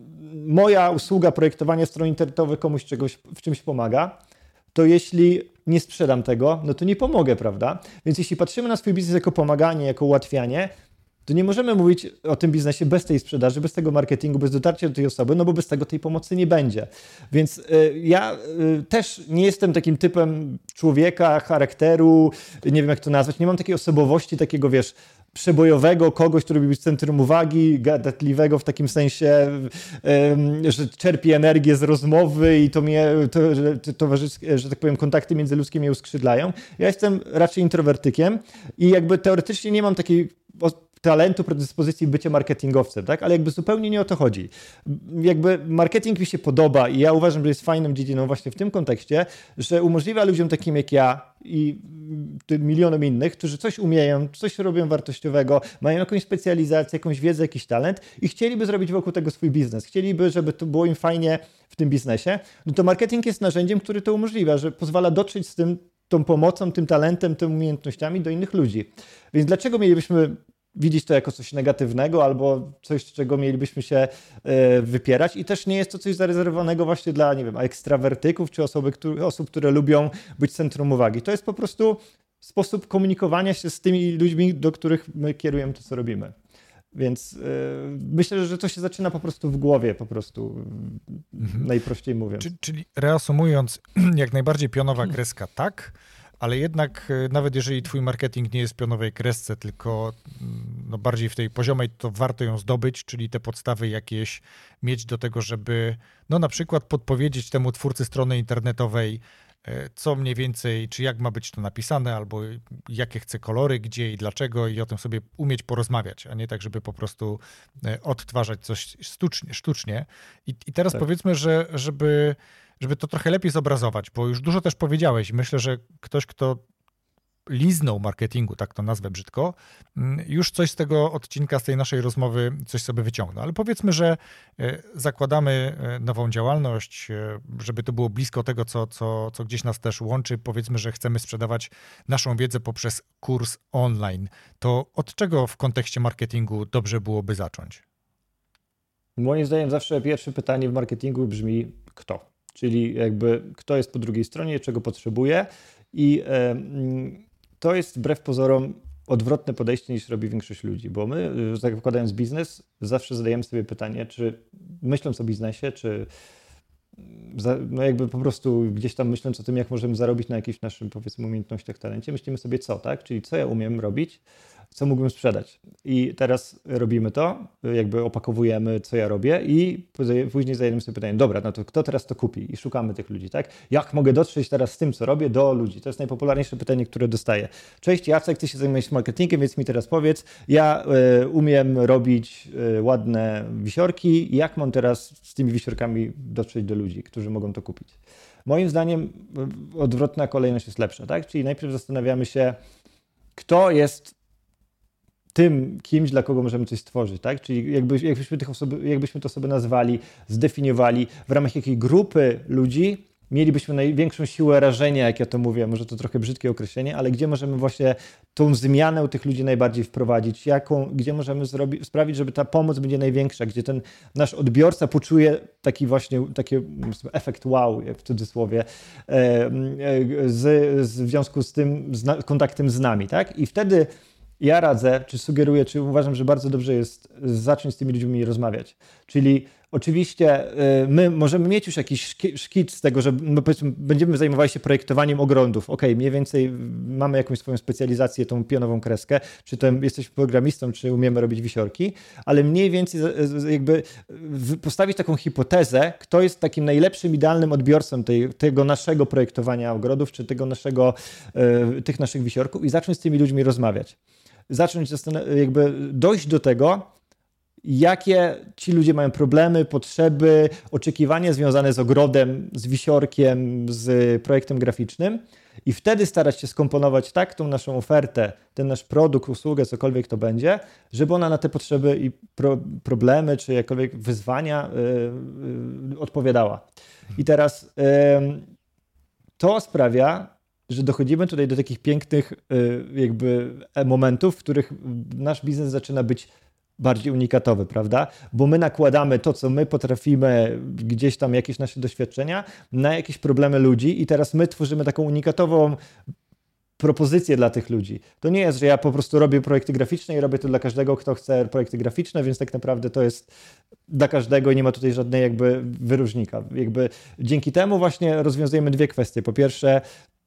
moja usługa projektowania stron internetowych komuś w czymś pomaga, to jeśli nie sprzedam tego, no to nie pomogę, prawda? Więc jeśli patrzymy na swój biznes jako pomaganie, jako ułatwianie, to nie możemy mówić o tym biznesie bez tej sprzedaży, bez tego marketingu, bez dotarcia do tej osoby, no bo bez tego tej pomocy nie będzie. Więc ja też nie jestem takim typem człowieka, charakteru, nie wiem jak to nazwać, nie mam takiej osobowości, takiego wiesz, przebojowego, kogoś, który lubi być centrum uwagi, gadatliwego w takim sensie, że czerpie energię z rozmowy i że tak powiem, kontakty międzyludzkie mnie uskrzydlają. Ja jestem raczej introwertykiem i jakby teoretycznie nie mam takiej talentu, predyspozycji bycia marketingowcem, tak? Ale jakby zupełnie nie o to chodzi. Jakby marketing mi się podoba i ja uważam, że jest fajną dziedziną właśnie w tym kontekście, że umożliwia ludziom takim jak ja i milionom innych, którzy coś umieją, coś robią wartościowego, mają jakąś specjalizację, jakąś wiedzę, jakiś talent i chcieliby zrobić wokół tego swój biznes. Chcieliby, żeby to było im fajnie w tym biznesie. No to marketing jest narzędziem, który to umożliwia, że pozwala dotrzeć z tą pomocą, tym talentem, tymi umiejętnościami do innych ludzi. Więc dlaczego mielibyśmy widzieć to jako coś negatywnego albo coś, z czego mielibyśmy się wypierać i też nie jest to coś zarezerwowanego właśnie dla, nie wiem, ekstrawertyków czy osób, które lubią być centrum uwagi. To jest po prostu sposób komunikowania się z tymi ludźmi, do których my kierujemy to, co robimy. Więc myślę, że to się zaczyna po prostu w głowie, po prostu najprościej mówiąc. Czyli reasumując, jak najbardziej pionowa kreska tak, ale jednak nawet jeżeli twój marketing nie jest w pionowej kresce, tylko bardziej w tej poziomej, to warto ją zdobyć, czyli te podstawy jakieś mieć do tego, żeby na przykład podpowiedzieć temu twórcy strony internetowej, co mniej więcej, czy jak ma być to napisane, albo jakie chce kolory, gdzie i dlaczego i o tym sobie umieć porozmawiać, a nie tak, żeby po prostu odtwarzać coś sztucznie. I teraz powiedzmy, że żeby to trochę lepiej zobrazować, bo już dużo też powiedziałeś. Myślę, że ktoś, kto liznął marketingu, tak to nazwę brzydko, już coś z tego odcinka, z tej naszej rozmowy coś sobie wyciągnął. Ale powiedzmy, że zakładamy nową działalność, żeby to było blisko tego, co gdzieś nas też łączy. Powiedzmy, że chcemy sprzedawać naszą wiedzę poprzez kurs online. To od czego w kontekście marketingu dobrze byłoby zacząć? Moim zdaniem zawsze pierwsze pytanie w marketingu brzmi kto? Czyli jakby kto jest po drugiej stronie, czego potrzebuje i to jest wbrew pozorom odwrotne podejście niż robi większość ludzi, bo my zakładając biznes zawsze zadajemy sobie pytanie, czy myśląc o biznesie, czy jakby po prostu gdzieś tam myśląc o tym, jak możemy zarobić na jakichś naszym powiedzmy umiejętnościach, talencie, myślimy sobie co, tak? Czyli co ja umiem robić, co mógłbym sprzedać. I teraz robimy to, jakby opakowujemy, co ja robię i później zadajemy sobie pytanie, dobra, no to kto teraz to kupi? I szukamy tych ludzi, tak? Jak mogę dotrzeć teraz z tym, co robię, do ludzi? To jest najpopularniejsze pytanie, które dostaję. Cześć Jacek, ty się zajmujesz marketingiem, więc mi teraz powiedz, ja umiem robić ładne wisiorki, jak mam teraz z tymi wisiorkami dotrzeć do ludzi, którzy mogą to kupić? Moim zdaniem odwrotna kolejność jest lepsza, tak? Czyli najpierw zastanawiamy się, kto jest tym kimś, dla kogo możemy coś stworzyć, tak? Czyli jakbyśmy to sobie nazwali, zdefiniowali, w ramach jakiej grupy ludzi mielibyśmy największą siłę rażenia, jak ja to mówię, może to trochę brzydkie określenie, ale gdzie możemy właśnie tą zmianę u tych ludzi najbardziej wprowadzić, gdzie możemy sprawić, żeby ta pomoc będzie największa, gdzie ten nasz odbiorca poczuje taki efekt wow, w cudzysłowie, w związku z tym kontaktem z nami, tak? I wtedy ja radzę, czy sugeruję, czy uważam, że bardzo dobrze jest zacząć z tymi ludźmi rozmawiać. Czyli oczywiście my możemy mieć już jakiś szkic z tego, że będziemy zajmowali się projektowaniem ogrodów. Okej, mniej więcej mamy jakąś swoją specjalizację, tą pionową kreskę, czy to jesteś programistą, czy umiemy robić wisiorki, ale mniej więcej jakby postawić taką hipotezę, kto jest takim najlepszym, idealnym odbiorcą tego naszego projektowania ogrodów, czy tych naszych wisiorków i zacząć z tymi ludźmi rozmawiać. Zacząć jakby dojść do tego, jakie ci ludzie mają problemy, potrzeby, oczekiwania związane z ogrodem, z wisiorkiem, z projektem graficznym i wtedy starać się skomponować tak tą naszą ofertę, ten nasz produkt, usługę, cokolwiek to będzie, żeby ona na te potrzeby i problemy, czy jakkolwiek wyzwania odpowiadała. I teraz to sprawia, że dochodzimy tutaj do takich pięknych jakby momentów, w których nasz biznes zaczyna być bardziej unikatowy, prawda? Bo my nakładamy to, co my potrafimy, gdzieś tam jakieś nasze doświadczenia, na jakieś problemy ludzi i teraz my tworzymy taką unikatową propozycję dla tych ludzi. To nie jest, że ja po prostu robię projekty graficzne i robię to dla każdego, kto chce projekty graficzne, więc tak naprawdę to jest dla każdego i nie ma tutaj żadnej jakby wyróżnika. Jakby dzięki temu właśnie rozwiązujemy dwie kwestie. Po pierwsze,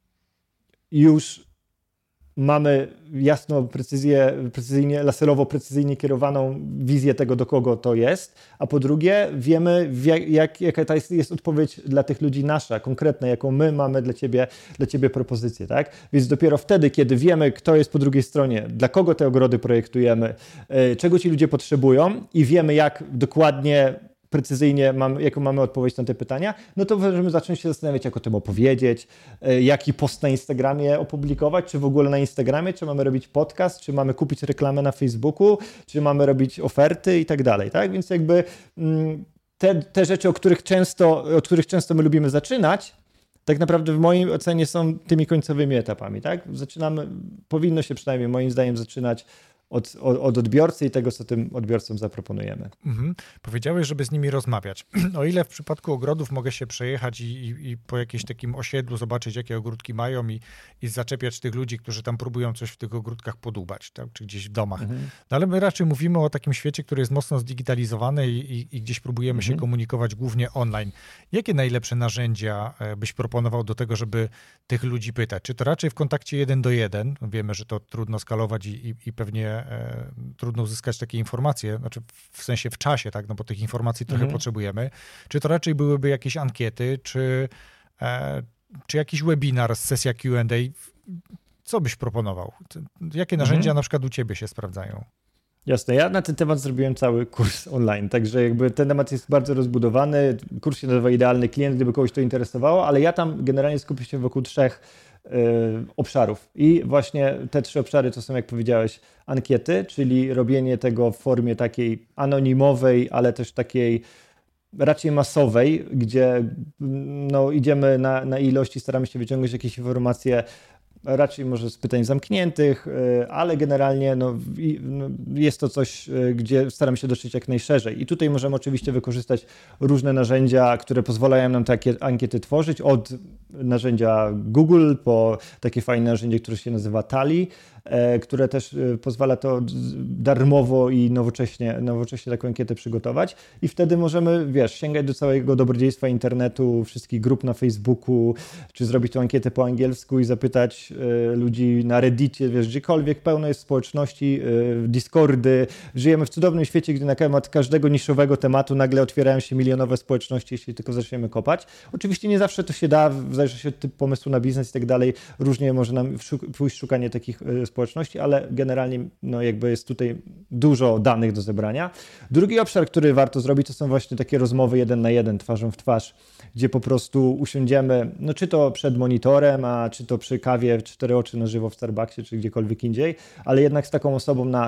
już mamy jasno, laserowo precyzyjnie kierowaną wizję tego, do kogo to jest, a po drugie wiemy, jaka to jest odpowiedź dla tych ludzi nasza, konkretna, jaką my mamy dla ciebie propozycję, tak? Więc dopiero wtedy, kiedy wiemy, kto jest po drugiej stronie, dla kogo te ogrody projektujemy, czego ci ludzie potrzebują i wiemy, jak dokładnie precyzyjnie jaką mamy odpowiedź na te pytania, no to możemy zacząć się zastanawiać, jak o tym opowiedzieć, jaki post na Instagramie opublikować, czy w ogóle na Instagramie, czy mamy robić podcast, czy mamy kupić reklamę na Facebooku, czy mamy robić oferty i tak dalej, tak? Więc jakby te rzeczy, od których często my lubimy zaczynać, tak naprawdę w mojej ocenie są tymi końcowymi etapami, tak? Powinno się przynajmniej moim zdaniem zaczynać od odbiorcy i tego, co tym odbiorcom zaproponujemy. Powiedziałeś, żeby z nimi rozmawiać. O ile w przypadku ogrodów mogę się przejechać i po jakimś takim osiedlu zobaczyć, jakie ogródki mają i zaczepiać tych ludzi, którzy tam próbują coś w tych ogródkach podłubać, tak, czy gdzieś w domach. No ale my raczej mówimy o takim świecie, który jest mocno zdigitalizowany i gdzieś próbujemy się komunikować głównie online. Jakie najlepsze narzędzia byś proponował do tego, żeby tych ludzi pytać? Czy to raczej w kontakcie 1 do 1? Wiemy, że to trudno skalować i pewnie trudno uzyskać takie informacje, znaczy w sensie w czasie, tak, no bo tych informacji trochę potrzebujemy. Czy to raczej byłyby jakieś ankiety, czy jakiś webinar, sesja Q&A? Co byś proponował? Jakie narzędzia na przykład u ciebie się sprawdzają? Jasne, ja na ten temat zrobiłem cały kurs online, także jakby ten temat jest bardzo rozbudowany. Kurs się nazywa Idealny Klient, gdyby kogoś to interesowało, ale ja tam generalnie skupię się wokół 3 obszarów. I właśnie te 3 obszary to są, jak powiedziałeś, ankiety, czyli robienie tego w formie takiej anonimowej, ale też takiej raczej masowej, gdzie no, idziemy na ilość i staramy się wyciągnąć jakieś informacje raczej może z pytań zamkniętych, ale generalnie jest to coś, gdzie staram się dotrzeć jak najszerzej. I tutaj możemy oczywiście wykorzystać różne narzędzia, które pozwalają nam takie ankiety tworzyć, od narzędzia Google po takie fajne narzędzie, które się nazywa Tally, które też pozwala to darmowo i nowocześnie taką ankietę przygotować. I wtedy możemy, sięgać do całego dobrodziejstwa internetu, wszystkich grup na Facebooku, czy zrobić tę ankietę po angielsku i zapytać ludzi na Reddicie, gdziekolwiek pełno jest społeczności, Discordy. Żyjemy w cudownym świecie, gdzie na temat każdego niszowego tematu nagle otwierają się milionowe społeczności, jeśli tylko zaczniemy kopać. Oczywiście nie zawsze to się da, w zależności od typu pomysłu na biznes i tak dalej. Różnie może nam pójść szukanie takich społeczności, ale generalnie jakby jest tutaj dużo danych do zebrania. Drugi obszar, który warto zrobić, to są właśnie takie rozmowy 1 na 1, twarzą w twarz, gdzie po prostu usiądziemy, czy to przed monitorem, a czy to przy kawie 4 oczy na żywo w Starbucksie, czy gdziekolwiek indziej, ale jednak z taką osobą na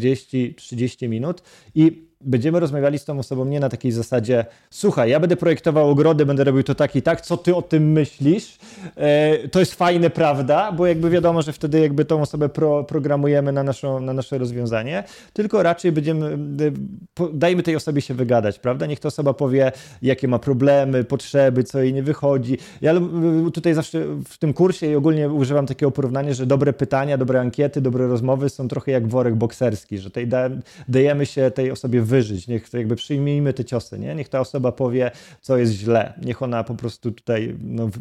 40-30 minut i będziemy rozmawiali z tą osobą nie na takiej zasadzie: słuchaj, ja będę projektował ogrody, będę robił to tak i tak, co ty o tym myślisz? To jest fajne, prawda? Bo jakby wiadomo, że wtedy jakby tą osobę programujemy na nasze rozwiązanie, tylko raczej dajmy tej osobie się wygadać, prawda? Niech ta osoba powie, jakie ma problemy, potrzeby, co jej nie wychodzi. Ja tutaj zawsze w tym kursie i ogólnie używam takiego porównania, że dobre pytania, dobre ankiety, dobre rozmowy są trochę jak worek bokserski, że dajemy się tej osobie wyżyć, niech jakby przyjmijmy te ciosy, nie? Niech ta osoba powie, co jest źle, niech ona po prostu tutaj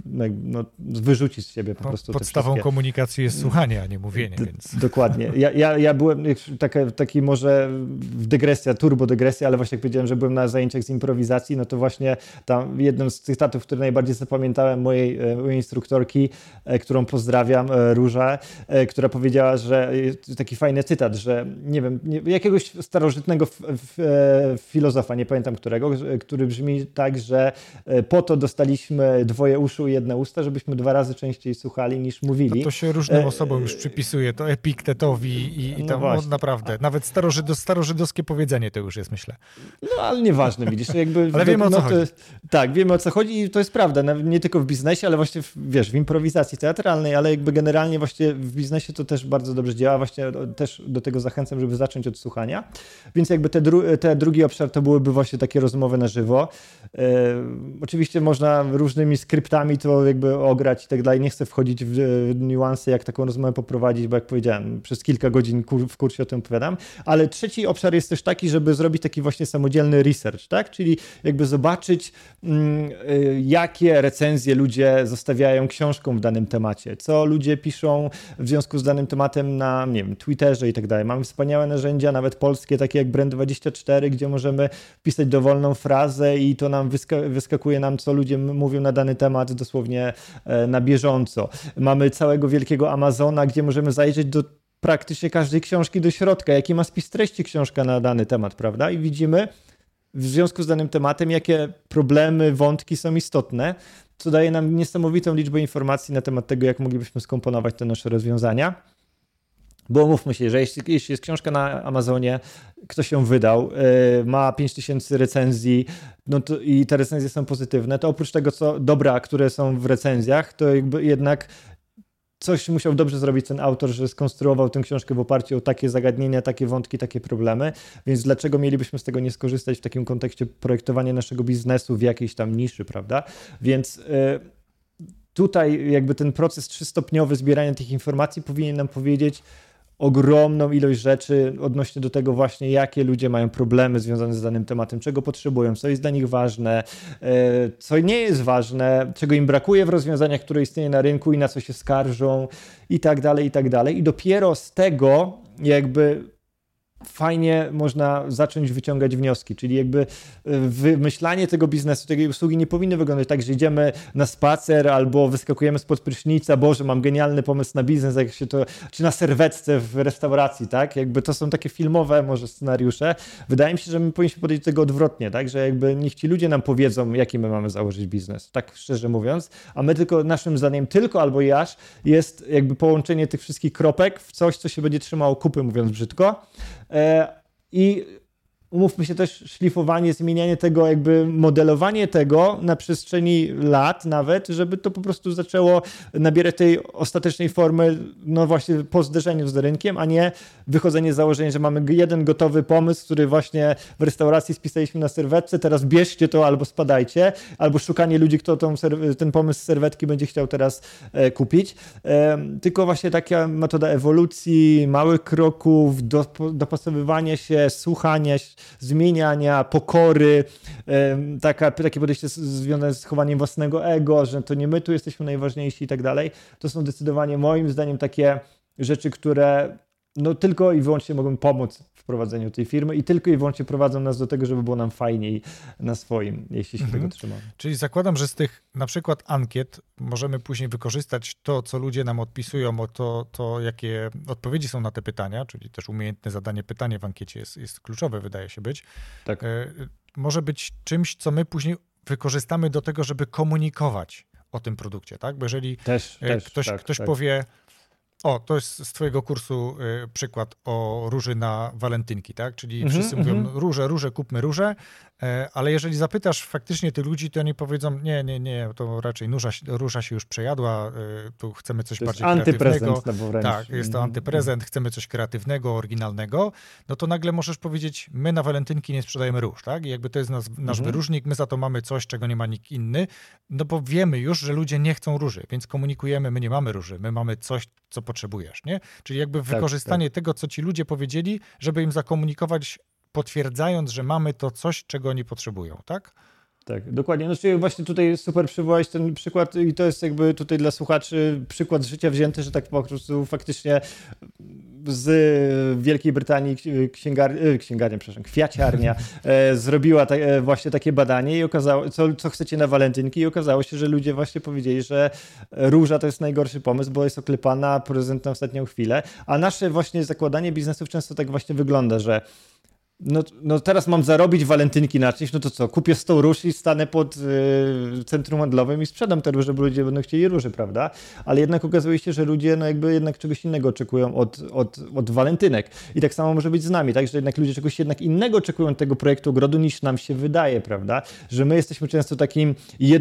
wyrzuci z siebie po prostu podstawą te wszystkie... komunikacji jest słuchanie, a nie mówienie, więc... Dokładnie. Ja byłem taki może turbodygresja, ale właśnie jak powiedziałem, że byłem na zajęciach z improwizacji, no to właśnie tam jednym z cytatów, który najbardziej zapamiętałem mojej instruktorki, którą pozdrawiam, Róża, która powiedziała, że taki fajny cytat, że jakiegoś starożytnego filozofa, nie pamiętam którego, który brzmi tak, że po to dostaliśmy 2 uszu i 1 usta, żebyśmy 2 razy częściej słuchali niż mówili. To się różnym osobom już przypisuje, to Epiktetowi i tam naprawdę, nawet starożydowskie powiedzenie to już jest, myślę. No ale nieważne, widzisz, jakby... Ale wiemy o co chodzi. Tak, wiemy o co chodzi i to jest prawda, nie tylko w biznesie, ale właśnie w improwizacji teatralnej, ale jakby generalnie właśnie w biznesie to też bardzo dobrze działa, właśnie też do tego zachęcam, żeby zacząć od słuchania, więc jakby ten drugi obszar to byłyby właśnie takie rozmowy na żywo. Oczywiście można różnymi skryptami to jakby ograć i tak dalej. Nie chcę wchodzić w niuanse, jak taką rozmowę poprowadzić, bo jak powiedziałem, przez kilka godzin w kursie o tym opowiadam. Ale trzeci obszar jest też taki, żeby zrobić taki właśnie samodzielny research, tak? Czyli jakby zobaczyć, jakie recenzje ludzie zostawiają książkom w danym temacie, co ludzie piszą w związku z danym tematem na, Twitterze i tak dalej. Mamy wspaniałe narzędzia, nawet polskie, takie jak Brand24, gdzie możemy wpisać dowolną frazę i to nam wyskakuje nam, co ludzie mówią na dany temat dosłownie na bieżąco. Mamy całego wielkiego Amazona, gdzie możemy zajrzeć do praktycznie każdej książki do środka, jaki ma spis treści książka na dany temat, prawda? I widzimy w związku z danym tematem, jakie problemy, wątki są istotne, co daje nam niesamowitą liczbę informacji na temat tego, jak moglibyśmy skomponować te nasze rozwiązania. Bo umówmy się, że jeśli jest książka na Amazonie, ktoś ją wydał, ma 5000 recenzji, i te recenzje są pozytywne, to oprócz tego, co dobra, które są w recenzjach, to jakby jednak coś musiał dobrze zrobić ten autor, że skonstruował tę książkę w oparciu o takie zagadnienia, takie wątki, takie problemy, więc dlaczego mielibyśmy z tego nie skorzystać w takim kontekście projektowania naszego biznesu w jakiejś tam niszy, prawda? Więc tutaj jakby ten proces 3-stopniowy zbierania tych informacji powinien nam powiedzieć ogromną ilość rzeczy odnośnie do tego właśnie, jakie ludzie mają problemy związane z danym tematem, czego potrzebują, co jest dla nich ważne, co nie jest ważne, czego im brakuje w rozwiązaniach, które istnieją na rynku i na co się skarżą i tak dalej, i tak dalej. I dopiero z tego jakby fajnie można zacząć wyciągać wnioski, czyli jakby wymyślanie tego biznesu, tej usługi nie powinny wyglądać tak, że idziemy na spacer albo wyskakujemy spod prysznica, Boże, mam genialny pomysł na biznes, jak się to, czy na serwetce w restauracji, tak? Jakby to są takie filmowe może scenariusze. Wydaje mi się, że my powinniśmy podejść do tego odwrotnie, tak? Że jakby niech ci ludzie nam powiedzą, jaki my mamy założyć biznes, tak szczerze mówiąc, a my tylko, naszym zdaniem tylko albo i aż jest jakby połączenie tych wszystkich kropek w coś, co się będzie trzymało kupy, mówiąc brzydko. I umówmy się też, szlifowanie, zmienianie tego, jakby modelowanie tego na przestrzeni lat nawet, żeby to po prostu zaczęło nabierać tej ostatecznej formy, no właśnie po zderzeniu z rynkiem, a nie wychodzenie z założenia, że mamy jeden gotowy pomysł, który właśnie w restauracji spisaliśmy na serwetce, teraz bierzcie to albo spadajcie, albo szukanie ludzi, kto ten pomysł z serwetki będzie chciał teraz kupić. Tylko właśnie taka metoda ewolucji, małych kroków, dopasowywania się, słuchania, zmieniania, pokory, takie podejście związane z chowaniem własnego ego, że to nie my tu jesteśmy najważniejsi i tak dalej. To są zdecydowanie moim zdaniem takie rzeczy, które no tylko i wyłącznie mogą pomóc w prowadzeniu tej firmy i tylko i wyłącznie prowadzą nas do tego, żeby było nam fajniej na swoim, jeśli się tego trzymamy. Czyli zakładam, że z tych na przykład ankiet możemy później wykorzystać to, co ludzie nam odpisują, o to jakie odpowiedzi są na te pytania, czyli też umiejętne zadanie pytania w ankiecie jest kluczowe, wydaje się być. Tak. Może być czymś, co my później wykorzystamy do tego, żeby komunikować o tym produkcie, tak? Bo jeżeli ktoś powie, to jest z twojego kursu przykład o róży na walentynki, tak? Czyli wszyscy mówią róże, kupmy róże, ale jeżeli zapytasz faktycznie tych ludzi, to oni powiedzą, nie, to raczej róża się już przejadła, tu chcemy coś to bardziej kreatywnego. Tak, jest to antyprezent, chcemy coś kreatywnego, oryginalnego, no to nagle możesz powiedzieć, my na walentynki nie sprzedajemy róż, tak? I jakby to jest nasz wyróżnik, my za to mamy coś, czego nie ma nikt inny, no bo wiemy już, że ludzie nie chcą róży, więc komunikujemy, my nie mamy róży, my mamy coś, co potrzebujesz, nie? Czyli jakby wykorzystanie tego, co ci ludzie powiedzieli, żeby im zakomunikować, potwierdzając, że mamy to coś, czego oni potrzebują, tak? Tak, dokładnie. No, czyli właśnie tutaj super przywołałeś ten przykład i to jest jakby tutaj dla słuchaczy przykład z życia wzięty, że tak po prostu faktycznie z Wielkiej Brytanii kwiaciarnia zrobiła właśnie takie badanie i okazało, co chcecie na walentynki i okazało się, że ludzie właśnie powiedzieli, że róża to jest najgorszy pomysł, bo jest oklepana, prezent na ostatnią chwilę, a nasze właśnie zakładanie biznesów często tak właśnie wygląda, że no teraz mam zarobić walentynki na czymś, no to co, kupię 100 róż i stanę pod centrum handlowym i sprzedam te róże, bo ludzie będą chcieli róży, prawda? Ale jednak okazuje się, że ludzie no jakby jednak czegoś innego oczekują od walentynek. I tak samo może być z nami, tak? Że jednak ludzie czegoś jednak innego oczekują od tego projektu ogrodu niż nam się wydaje, prawda? Że my jesteśmy często takim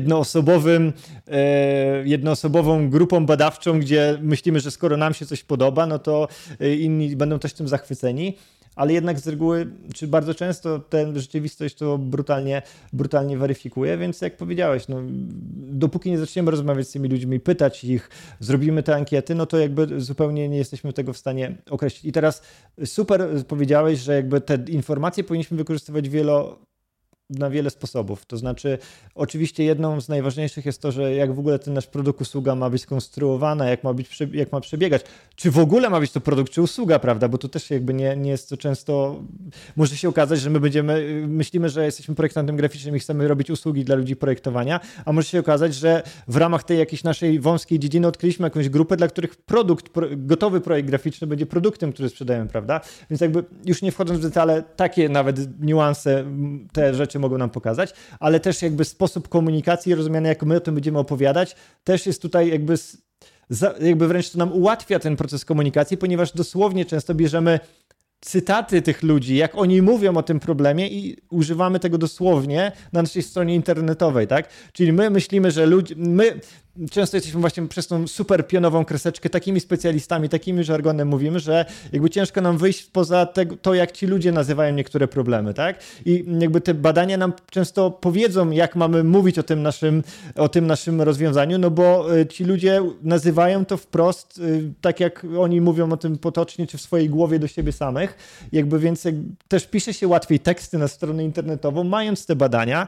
jednoosobową grupą badawczą, gdzie myślimy, że skoro nam się coś podoba, no to inni będą też tym zachwyceni. Ale jednak z reguły, czy bardzo często tę rzeczywistość to brutalnie weryfikuje, więc jak powiedziałeś, no, dopóki nie zaczniemy rozmawiać z tymi ludźmi, pytać ich, zrobimy te ankiety, no to jakby zupełnie nie jesteśmy tego w stanie określić. I teraz super powiedziałeś, że jakby te informacje powinniśmy wykorzystywać na wiele sposobów. To znaczy, oczywiście jedną z najważniejszych jest to, że jak w ogóle ten nasz produkt, usługa ma być skonstruowana, jak ma przebiegać, czy w ogóle ma być to produkt, czy usługa, prawda? Bo tu też jakby nie jest to często, może się okazać, że my myślimy, że jesteśmy projektantem graficznym i chcemy robić usługi dla ludzi projektowania, a może się okazać, że w ramach tej jakiejś naszej wąskiej dziedziny odkryliśmy jakąś grupę, dla których gotowy projekt graficzny będzie produktem, który sprzedajemy, prawda? Więc jakby już nie wchodząc w detale, takie nawet niuanse, te rzeczy mogą nam pokazać, ale też jakby sposób komunikacji rozumiany, jak my o tym będziemy opowiadać, też jest tutaj jakby wręcz to nam ułatwia ten proces komunikacji, ponieważ dosłownie często bierzemy cytaty tych ludzi, jak oni mówią o tym problemie i używamy tego dosłownie na naszej stronie internetowej, tak? Czyli my myślimy, że często jesteśmy właśnie przez tą super pionową kreseczkę takimi specjalistami, takimi żargonem mówimy, że jakby ciężko nam wyjść poza to, jak ci ludzie nazywają niektóre problemy, tak? I jakby te badania nam często powiedzą, jak mamy mówić o tym naszym rozwiązaniu, no bo ci ludzie nazywają to wprost, tak jak oni mówią o tym potocznie, czy w swojej głowie do siebie samych, jakby więc też pisze się łatwiej teksty na stronę internetową, mając te badania,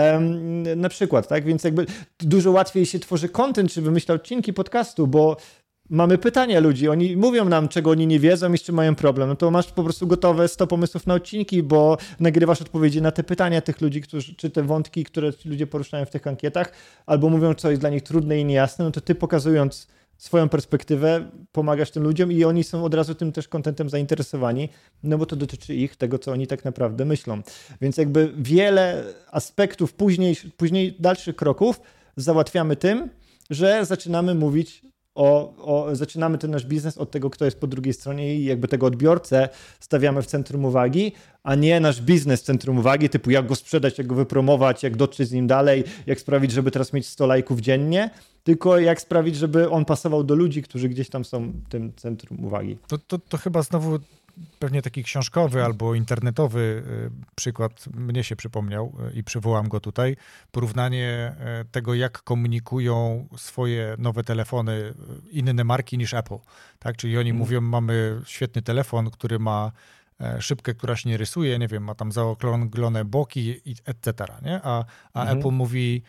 na przykład, tak? Więc jakby dużo łatwiej się tworzy content, czy wymyśla odcinki podcastu, bo mamy pytania ludzi, oni mówią nam, czego oni nie wiedzą i z czym mają problem. No to masz po prostu gotowe 100 pomysłów na odcinki, bo nagrywasz odpowiedzi na te pytania tych ludzi, czy te wątki, które ludzie poruszają w tych ankietach, albo mówią, co jest dla nich trudne i niejasne, no to ty pokazując swoją perspektywę pomagasz tym ludziom i oni są od razu tym też contentem zainteresowani, no bo to dotyczy ich, tego, co oni tak naprawdę myślą. Więc jakby wiele aspektów później dalszych kroków załatwiamy tym, że zaczynamy mówić zaczynamy ten nasz biznes od tego, kto jest po drugiej stronie i jakby tego odbiorcę stawiamy w centrum uwagi, a nie nasz biznes w centrum uwagi, typu jak go sprzedać, jak go wypromować, jak dotrzeć z nim dalej, jak sprawić, żeby teraz mieć 100 lajków dziennie, tylko jak sprawić, żeby on pasował do ludzi, którzy gdzieś tam są w tym centrum uwagi. To chyba znowu pewnie taki książkowy albo internetowy przykład mnie się przypomniał i przywołam go tutaj. Porównanie tego, jak komunikują swoje nowe telefony inne marki niż Apple. Tak? Czyli oni mówią, mamy świetny telefon, który ma szybkę, która się nie rysuje, nie wiem, ma tam zaokrąglone boki, etc. Nie? A Apple mówi,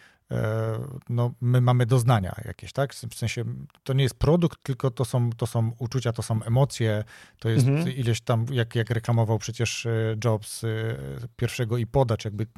no, my mamy doznania jakieś, tak? W sensie to nie jest produkt, tylko to są uczucia, to są emocje, to jest ileś tam, jak reklamował przecież Jobs pierwszego iPoda, czy jakby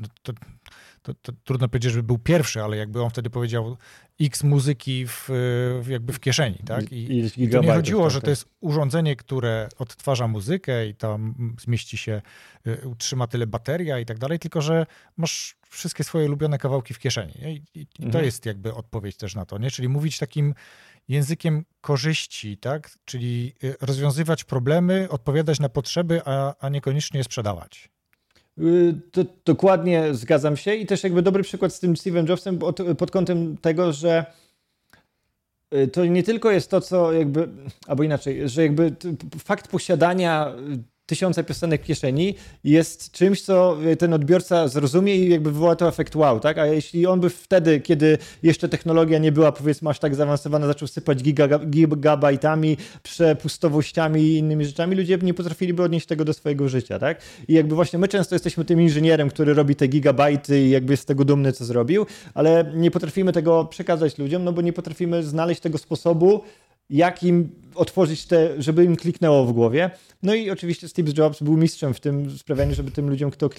to trudno powiedzieć, żeby był pierwszy, ale jakby on wtedy powiedział X muzyki jakby w kieszeni, tak? I to nie chodziło, że to jest urządzenie, które odtwarza muzykę i tam zmieści się, utrzyma tyle bateria i tak dalej, tylko że masz wszystkie swoje ulubione kawałki w kieszeni. I to jest jakby odpowiedź też na to, nie? Czyli mówić takim językiem korzyści, tak? Czyli rozwiązywać problemy, odpowiadać na potrzeby, a niekoniecznie je sprzedawać. To dokładnie zgadzam się i też jakby dobry przykład z tym Steve'em Jobsem pod kątem tego, że to nie tylko jest to, co jakby, albo inaczej, że jakby fakt posiadania 1000 piosenek w kieszeni jest czymś, co ten odbiorca zrozumie i jakby wywoła to efekt wow, tak? A jeśli on by wtedy, kiedy jeszcze technologia nie była, powiedzmy, aż tak zaawansowana, zaczął sypać gigabajtami, przepustowościami i innymi rzeczami, ludzie nie potrafiliby odnieść tego do swojego życia, tak? I jakby właśnie my często jesteśmy tym inżynierem, który robi te gigabajty i jakby jest z tego dumny, co zrobił, ale nie potrafimy tego przekazać ludziom, no bo nie potrafimy znaleźć tego sposobu, jak im otworzyć żeby im kliknęło w głowie. No i oczywiście Steve Jobs był mistrzem w tym sprawianiu, żeby tym ludziom to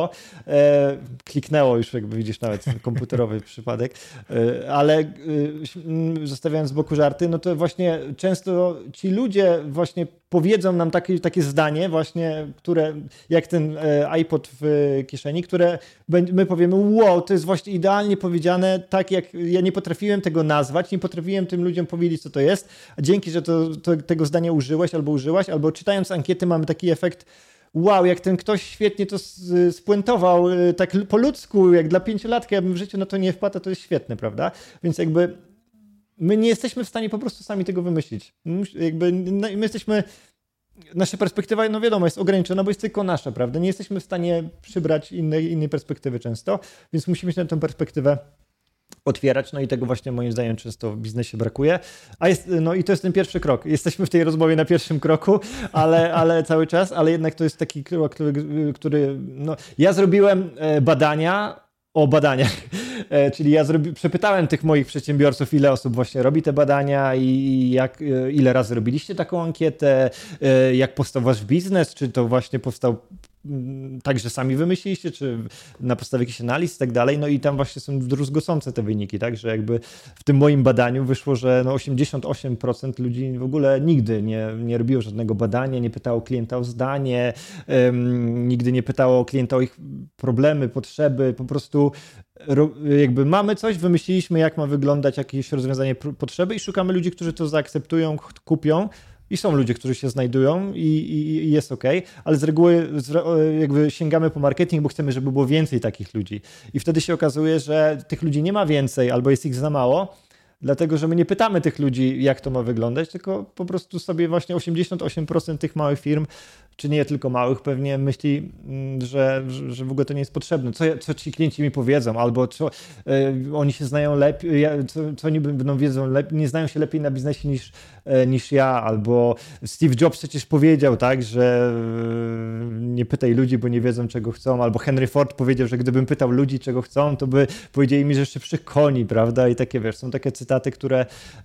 kliknęło już, jakby widzisz, nawet komputerowy przypadek, ale zostawiając z boku żarty, no to właśnie często ci ludzie właśnie powiedzą nam takie zdanie właśnie, które, jak ten iPod w kieszeni, które my powiemy, wow, to jest właśnie idealnie powiedziane, tak jak ja nie potrafiłem tego nazwać, nie potrafiłem tym ludziom powiedzieć, co to jest, a dzięki, że tego zdania użyłeś, albo czytając ankiety mamy taki efekt, wow, jak ten ktoś świetnie to spuentował, tak po ludzku, jak dla 5-latka, ja bym w życiu na to nie wpadł, to jest świetne, prawda? Więc jakby my nie jesteśmy w stanie po prostu sami tego wymyślić. My jesteśmy, nasza perspektywa, no wiadomo, jest ograniczona, bo jest tylko nasza, prawda? Nie jesteśmy w stanie przybrać innej perspektywy często, więc musimy się na tę perspektywę otwierać, no i tego właśnie moim zdaniem często w biznesie brakuje. No i to jest ten pierwszy krok. Jesteśmy w tej rozmowie na pierwszym kroku, ale cały czas, ale jednak to jest taki krok, który no, ja zrobiłem badania o badaniach, czyli ja przepytałem tych moich przedsiębiorców, ile osób właśnie robi te badania i ile razy robiliście taką ankietę, jak powstał wasz biznes, czy to właśnie powstał tak, że sami wymyśliliście, czy na podstawie jakichś analiz i tak dalej, no i tam właśnie są druzgocące te wyniki, tak, że jakby w tym moim badaniu wyszło, że no 88% ludzi w ogóle nigdy nie robiło żadnego badania, nie pytało klienta o zdanie, nigdy nie pytało klienta o ich problemy, potrzeby, po prostu jakby mamy coś, wymyśliliśmy, jak ma wyglądać jakieś rozwiązanie potrzeby i szukamy ludzi, którzy to zaakceptują, kupią. I są ludzie, którzy się znajdują i jest okej, ale z reguły jakby sięgamy po marketing, bo chcemy, żeby było więcej takich ludzi. I wtedy się okazuje, że tych ludzi nie ma więcej albo jest ich za mało, dlatego że my nie pytamy tych ludzi, jak to ma wyglądać, tylko po prostu sobie właśnie 88% tych małych firm, czy nie tylko małych, pewnie myśli, że w ogóle to nie jest potrzebne. Co ci klienci mi powiedzą, albo oni się znają lepiej, co oni będą wiedzą, nie znają się lepiej na biznesie niż ja, albo Steve Jobs przecież powiedział, tak, że nie pytaj ludzi, bo nie wiedzą, czego chcą, albo Henry Ford powiedział, że gdybym pytał ludzi, czego chcą, to by powiedzieli mi, że szybszych koni, prawda, i takie, wiesz, są takie cytaty, które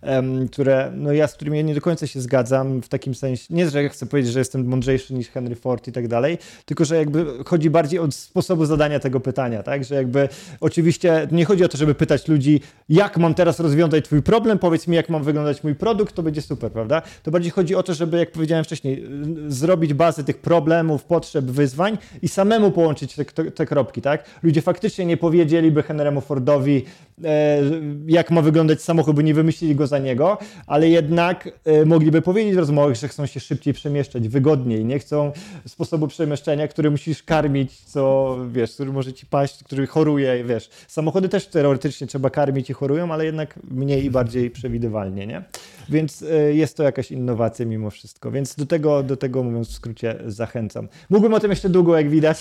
no ja, z którymi ja nie do końca się zgadzam, w takim sensie, nie, że ja chcę powiedzieć, że jestem mądrzejszy niż Henry Ford i tak dalej, tylko, że jakby chodzi bardziej od sposobu zadania tego pytania, tak, że jakby oczywiście nie chodzi o to, żeby pytać ludzi, jak mam teraz rozwiązać twój problem, powiedz mi, jak mam wyglądać mój produkt, to będzie super, prawda, to bardziej chodzi o to, żeby, jak powiedziałem wcześniej, zrobić bazę tych problemów, potrzeb, wyzwań i samemu połączyć te kropki, tak, ludzie faktycznie nie powiedzieliby Henry'emu Fordowi, jak ma wyglądać samochód, bo nie wymyślili go za niego, ale jednak mogliby powiedzieć w rozmowach, że chcą się szybciej przemieszczać, wygodniej, nie chcą sposobu przemieszczenia, który musisz karmić, co, wiesz, który może ci paść, który choruje, wiesz. Samochody też teoretycznie trzeba karmić i chorują, ale jednak mniej i bardziej przewidywalnie, nie? Więc jest to jakaś innowacja mimo wszystko, więc do tego mówiąc w skrócie zachęcam. Mógłbym o tym jeszcze długo, jak widać,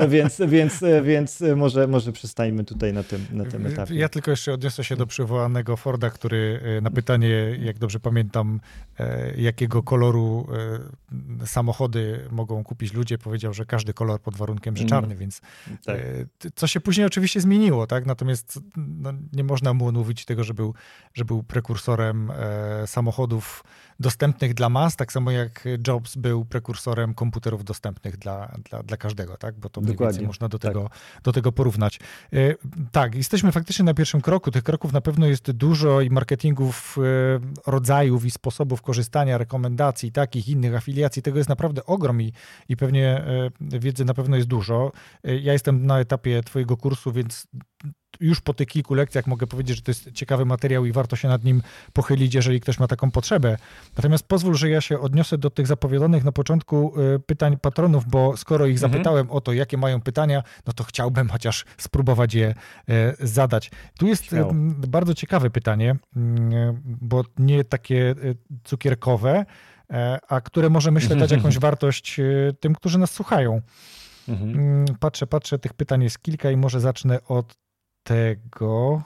więc może przestańmy tutaj na tym etapie. Ja tylko jeszcze odniosę się do przywołanego Forda, który na pytanie, jak dobrze pamiętam, jakiego koloru samochody mogą kupić ludzie, powiedział, że każdy kolor pod warunkiem, że czarny, więc tak. Co się później oczywiście zmieniło, tak? Natomiast no, nie można mu mówić tego, że był prekursorem samochodów dostępnych dla mas, tak samo jak Jobs był prekursorem komputerów dostępnych dla każdego, tak? Bo to mniej więcej można do tego porównać. Tak, jesteśmy faktycznie na pierwszym kroku. Tych kroków na pewno jest dużo i marketingów, rodzajów i sposobów korzystania, rekomendacji, takich innych afiliacji. Tego jest naprawdę ogrom i pewnie wiedzy na pewno jest dużo. Ja jestem na etapie twojego kursu, więc już po tych kilku lekcjach mogę powiedzieć, że to jest ciekawy materiał i warto się nad nim pochylić, jeżeli ktoś ma taką potrzebę. Natomiast pozwól, że ja się odniosę do tych zapowiadanych na początku pytań patronów, bo skoro ich zapytałem o to, jakie mają pytania, no to chciałbym chociaż spróbować je zadać. Tu jest bardzo ciekawe pytanie, bo nie takie cukierkowe, a które może, myślę, dać jakąś wartość tym, którzy nas słuchają. Patrzę, tych pytań jest kilka i może zacznę od tego.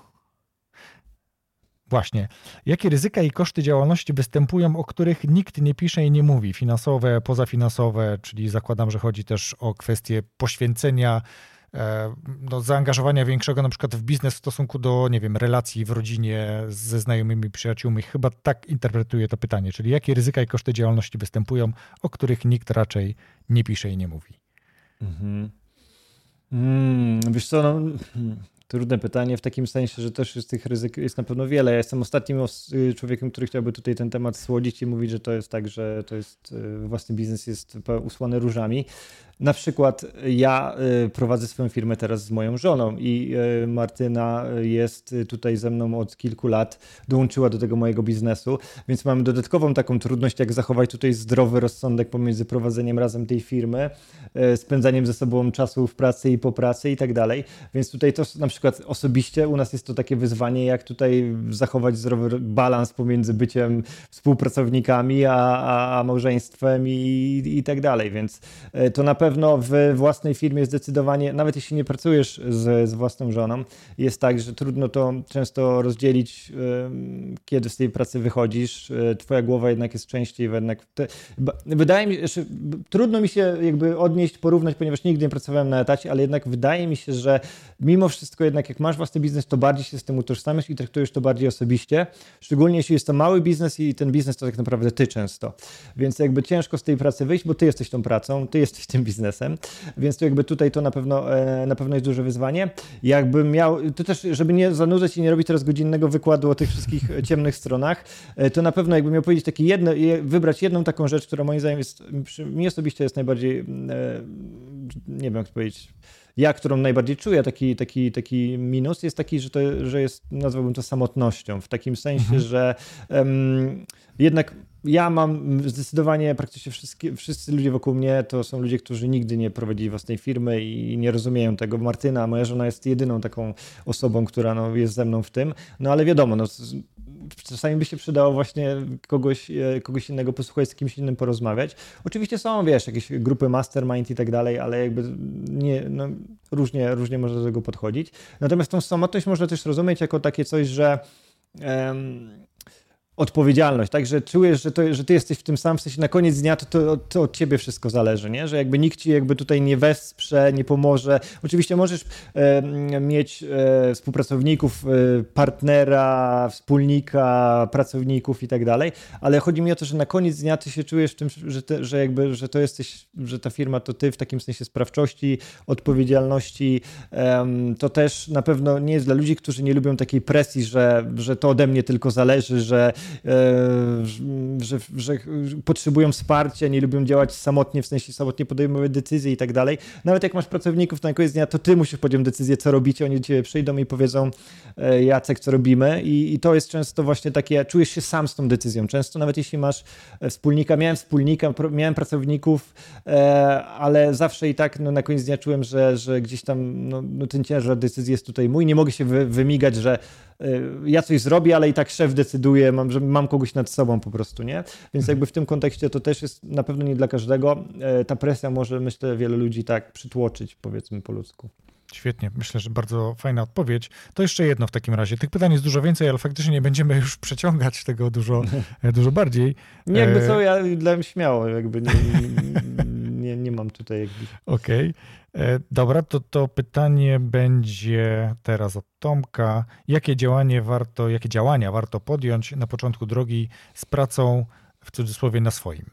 Właśnie. Jakie ryzyka i koszty działalności występują, o których nikt nie pisze i nie mówi? Finansowe, pozafinansowe, czyli zakładam, że chodzi też o kwestię poświęcenia, zaangażowania większego na przykład w biznes w stosunku do, nie wiem, relacji w rodzinie ze znajomymi, przyjaciółmi. Chyba tak interpretuję to pytanie. Czyli jakie ryzyka i koszty działalności występują, o których nikt raczej nie pisze i nie mówi? Wiesz co, no, trudne pytanie w takim sensie, że też z tych ryzyk jest na pewno wiele. Ja jestem ostatnim człowiekiem, który chciałby tutaj ten temat słodzić i mówić, że to jest tak, że to jest własny biznes jest usłany różami. Na przykład ja prowadzę swoją firmę teraz z moją żoną i Martyna jest tutaj ze mną od kilku lat, dołączyła do tego mojego biznesu, więc mamy dodatkową taką trudność, jak zachować tutaj zdrowy rozsądek pomiędzy prowadzeniem razem tej firmy, spędzaniem ze sobą czasu w pracy i po pracy i tak dalej, więc tutaj to na przykład osobiście u nas jest to takie wyzwanie, jak tutaj zachować zdrowy balans pomiędzy byciem współpracownikami, a małżeństwem i tak dalej, więc to na pewno w własnej firmie zdecydowanie, nawet jeśli nie pracujesz z własną żoną, jest tak, że trudno to często rozdzielić, kiedy z tej pracy wychodzisz. Twoja głowa jednak jest częściej jednak... Wydaje mi się, że trudno mi się jakby odnieść, porównać, ponieważ nigdy nie pracowałem na etacie, ale jednak wydaje mi się, że mimo wszystko jednak jak masz własny biznes, to bardziej się z tym utożsamiasz i traktujesz to bardziej osobiście, szczególnie jeśli jest to mały biznes i ten biznes to tak naprawdę ty często. Więc jakby ciężko z tej pracy wyjść, bo ty jesteś tą pracą, ty jesteś tym biznesem, więc to jakby tutaj to na pewno jest duże wyzwanie. Jakbym miał, to też, żeby nie zanudzać i nie robić teraz godzinnego wykładu o tych wszystkich ciemnych stronach, to na pewno jakbym miał powiedzieć wybrać jedną taką rzecz, która moim zdaniem jest, mi osobiście jest najbardziej, nie wiem jak to powiedzieć, którą najbardziej czuję, taki minus, jest taki, że jest, nazwałbym to samotnością, w takim sensie, że jednak ja mam zdecydowanie praktycznie wszyscy ludzie wokół mnie to są ludzie, którzy nigdy nie prowadzili własnej firmy i nie rozumieją tego. Martyna, moja żona, jest jedyną taką osobą, która jest ze mną w tym, no ale wiadomo, czasami by się przydało właśnie kogoś innego posłuchać, z kimś innym porozmawiać. Oczywiście są, wiesz, jakieś grupy mastermind i tak dalej, ale jakby różnie można do tego podchodzić. Natomiast tą samotność można też rozumieć jako takie coś, że odpowiedzialność, tak, że czujesz, że ty jesteś w tym samym, w sensie na koniec dnia to od ciebie wszystko zależy, nie? Że jakby nikt ci jakby tutaj nie wesprze, nie pomoże. Oczywiście możesz mieć współpracowników, partnera, wspólnika, pracowników i tak dalej, ale chodzi mi o to, że na koniec dnia ty się czujesz w tym, że to jesteś, że ta firma to ty w takim sensie sprawczości, odpowiedzialności. To też na pewno nie jest dla ludzi, którzy nie lubią takiej presji, że to ode mnie tylko zależy, że potrzebują wsparcia, nie lubią działać samotnie, w sensie samotnie podejmować decyzje i tak dalej. Nawet jak masz pracowników, to na koniec dnia to ty musisz podjąć decyzję, co robicie, oni do ciebie przyjdą i powiedzą Jacek, co robimy i to jest często właśnie takie, czujesz się sam z tą decyzją. Często nawet jeśli masz wspólnika, miałem pracowników, ale zawsze i tak na koniec dnia czułem, że gdzieś tam ten ciężar decyzji jest tutaj mój, nie mogę się wymigać, że ja coś zrobię, ale i tak szef decyduje, że mam kogoś nad sobą po prostu, nie? Więc jakby w tym kontekście to też jest na pewno nie dla każdego. Ta presja może, myślę, wiele ludzi tak przytłoczyć, powiedzmy po ludzku. Świetnie, myślę, że bardzo fajna odpowiedź. To jeszcze jedno w takim razie. Tych pytań jest dużo więcej, ale faktycznie nie będziemy już przeciągać tego dużo bardziej. Nie, jakby co, ja dałem śmiało, jakby nie mam tutaj jakby... Okej. Dobra, to pytanie będzie teraz od Tomka. Jakie działania warto podjąć na początku drogi z pracą, w cudzysłowie, na swoim?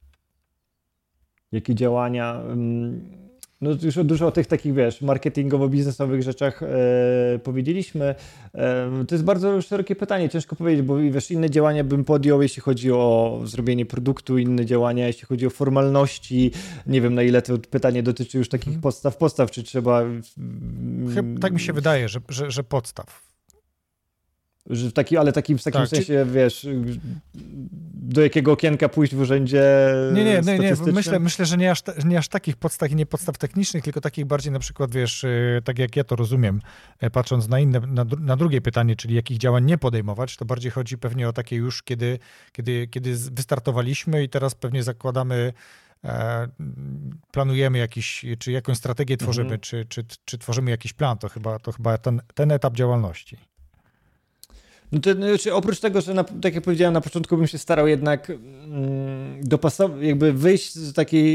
Jakie działania... No już dużo o tych takich, wiesz, marketingowo-biznesowych rzeczach powiedzieliśmy. To jest bardzo szerokie pytanie, ciężko powiedzieć, bo wiesz, inne działania bym podjął, jeśli chodzi o zrobienie produktu, inne działania, jeśli chodzi o formalności. Nie wiem, na ile to pytanie dotyczy już takich podstaw, czy trzeba... Tak mi się wydaje, że podstaw. Że w takim sensie, wiesz, do jakiego okienka pójść w urzędzie Nie. Myślę, że nie aż takich podstaw i nie podstaw technicznych, tylko takich bardziej na przykład, wiesz, tak jak ja to rozumiem, patrząc na drugie pytanie, czyli jakich działań nie podejmować, to bardziej chodzi pewnie o takie już, kiedy wystartowaliśmy i teraz pewnie zakładamy, planujemy czy jakąś strategię tworzymy, czy tworzymy jakiś plan, to chyba ten etap działalności. No to, oprócz tego, że tak jak powiedziałem na początku, bym się starał jednak jakby wyjść z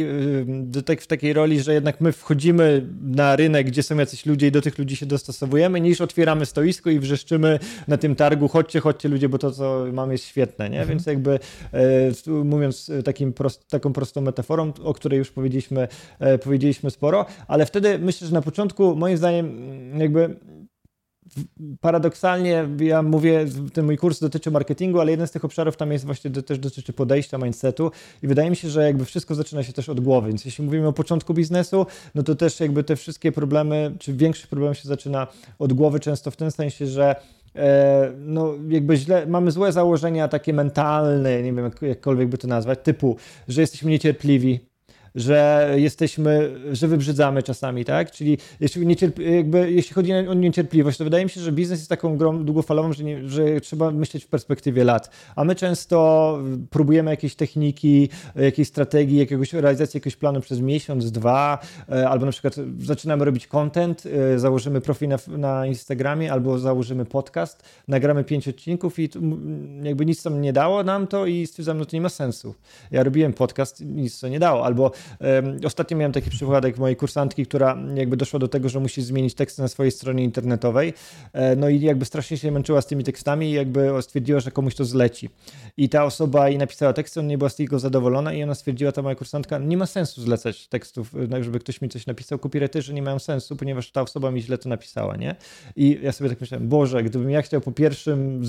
w takiej roli, że jednak my wchodzimy na rynek, gdzie są jacyś ludzie i do tych ludzi się dostosowujemy, niż otwieramy stoisko i wrzeszczymy na tym targu, chodźcie ludzie, bo to, co mamy, jest świetne, nie? Więc jakby mówiąc taką prostą metaforą, o której już powiedzieliśmy sporo, ale wtedy myślę, że na początku, moim zdaniem, jakby paradoksalnie, ja mówię, ten mój kurs dotyczy marketingu, ale jeden z tych obszarów tam jest właśnie też dotyczy podejścia, mindsetu i wydaje mi się, że jakby wszystko zaczyna się też od głowy, więc jeśli mówimy o początku biznesu, no to też jakby te wszystkie problemy, czy większość problemów się zaczyna od głowy, często w tym sensie, że no jakby mamy złe założenia takie mentalne, nie wiem jakkolwiek by to nazwać, typu, że jesteśmy niecierpliwi, że wybrzydzamy czasami, tak? Czyli jeśli chodzi o niecierpliwość, to wydaje mi się, że biznes jest taką grą długofalową, że trzeba myśleć w perspektywie lat. A my często próbujemy jakiejś techniki, jakiejś strategii, realizacji jakiegoś planu przez miesiąc, 2, albo na przykład zaczynamy robić content, założymy profil na Instagramie, albo założymy podcast, nagramy 5 odcinków i jakby nic tam nie dało nam to i stwierdzam, no to nie ma sensu. Ja robiłem podcast, nic to nie dało. Albo ostatnio miałem taki przypadek mojej kursantki, która jakby doszła do tego, że musi zmienić teksty na swojej stronie internetowej, no i jakby strasznie się męczyła z tymi tekstami i jakby stwierdziła, że komuś to zleci. I ta osoba jej napisała teksty, on nie była z tego zadowolona i ona stwierdziła, ta moja kursantka, nie ma sensu zlecać tekstów, żeby ktoś mi coś napisał, copywriterzy nie mają sensu, ponieważ ta osoba mi źle to napisała, nie? I ja sobie tak myślałem, Boże, gdybym ja chciał po pierwszym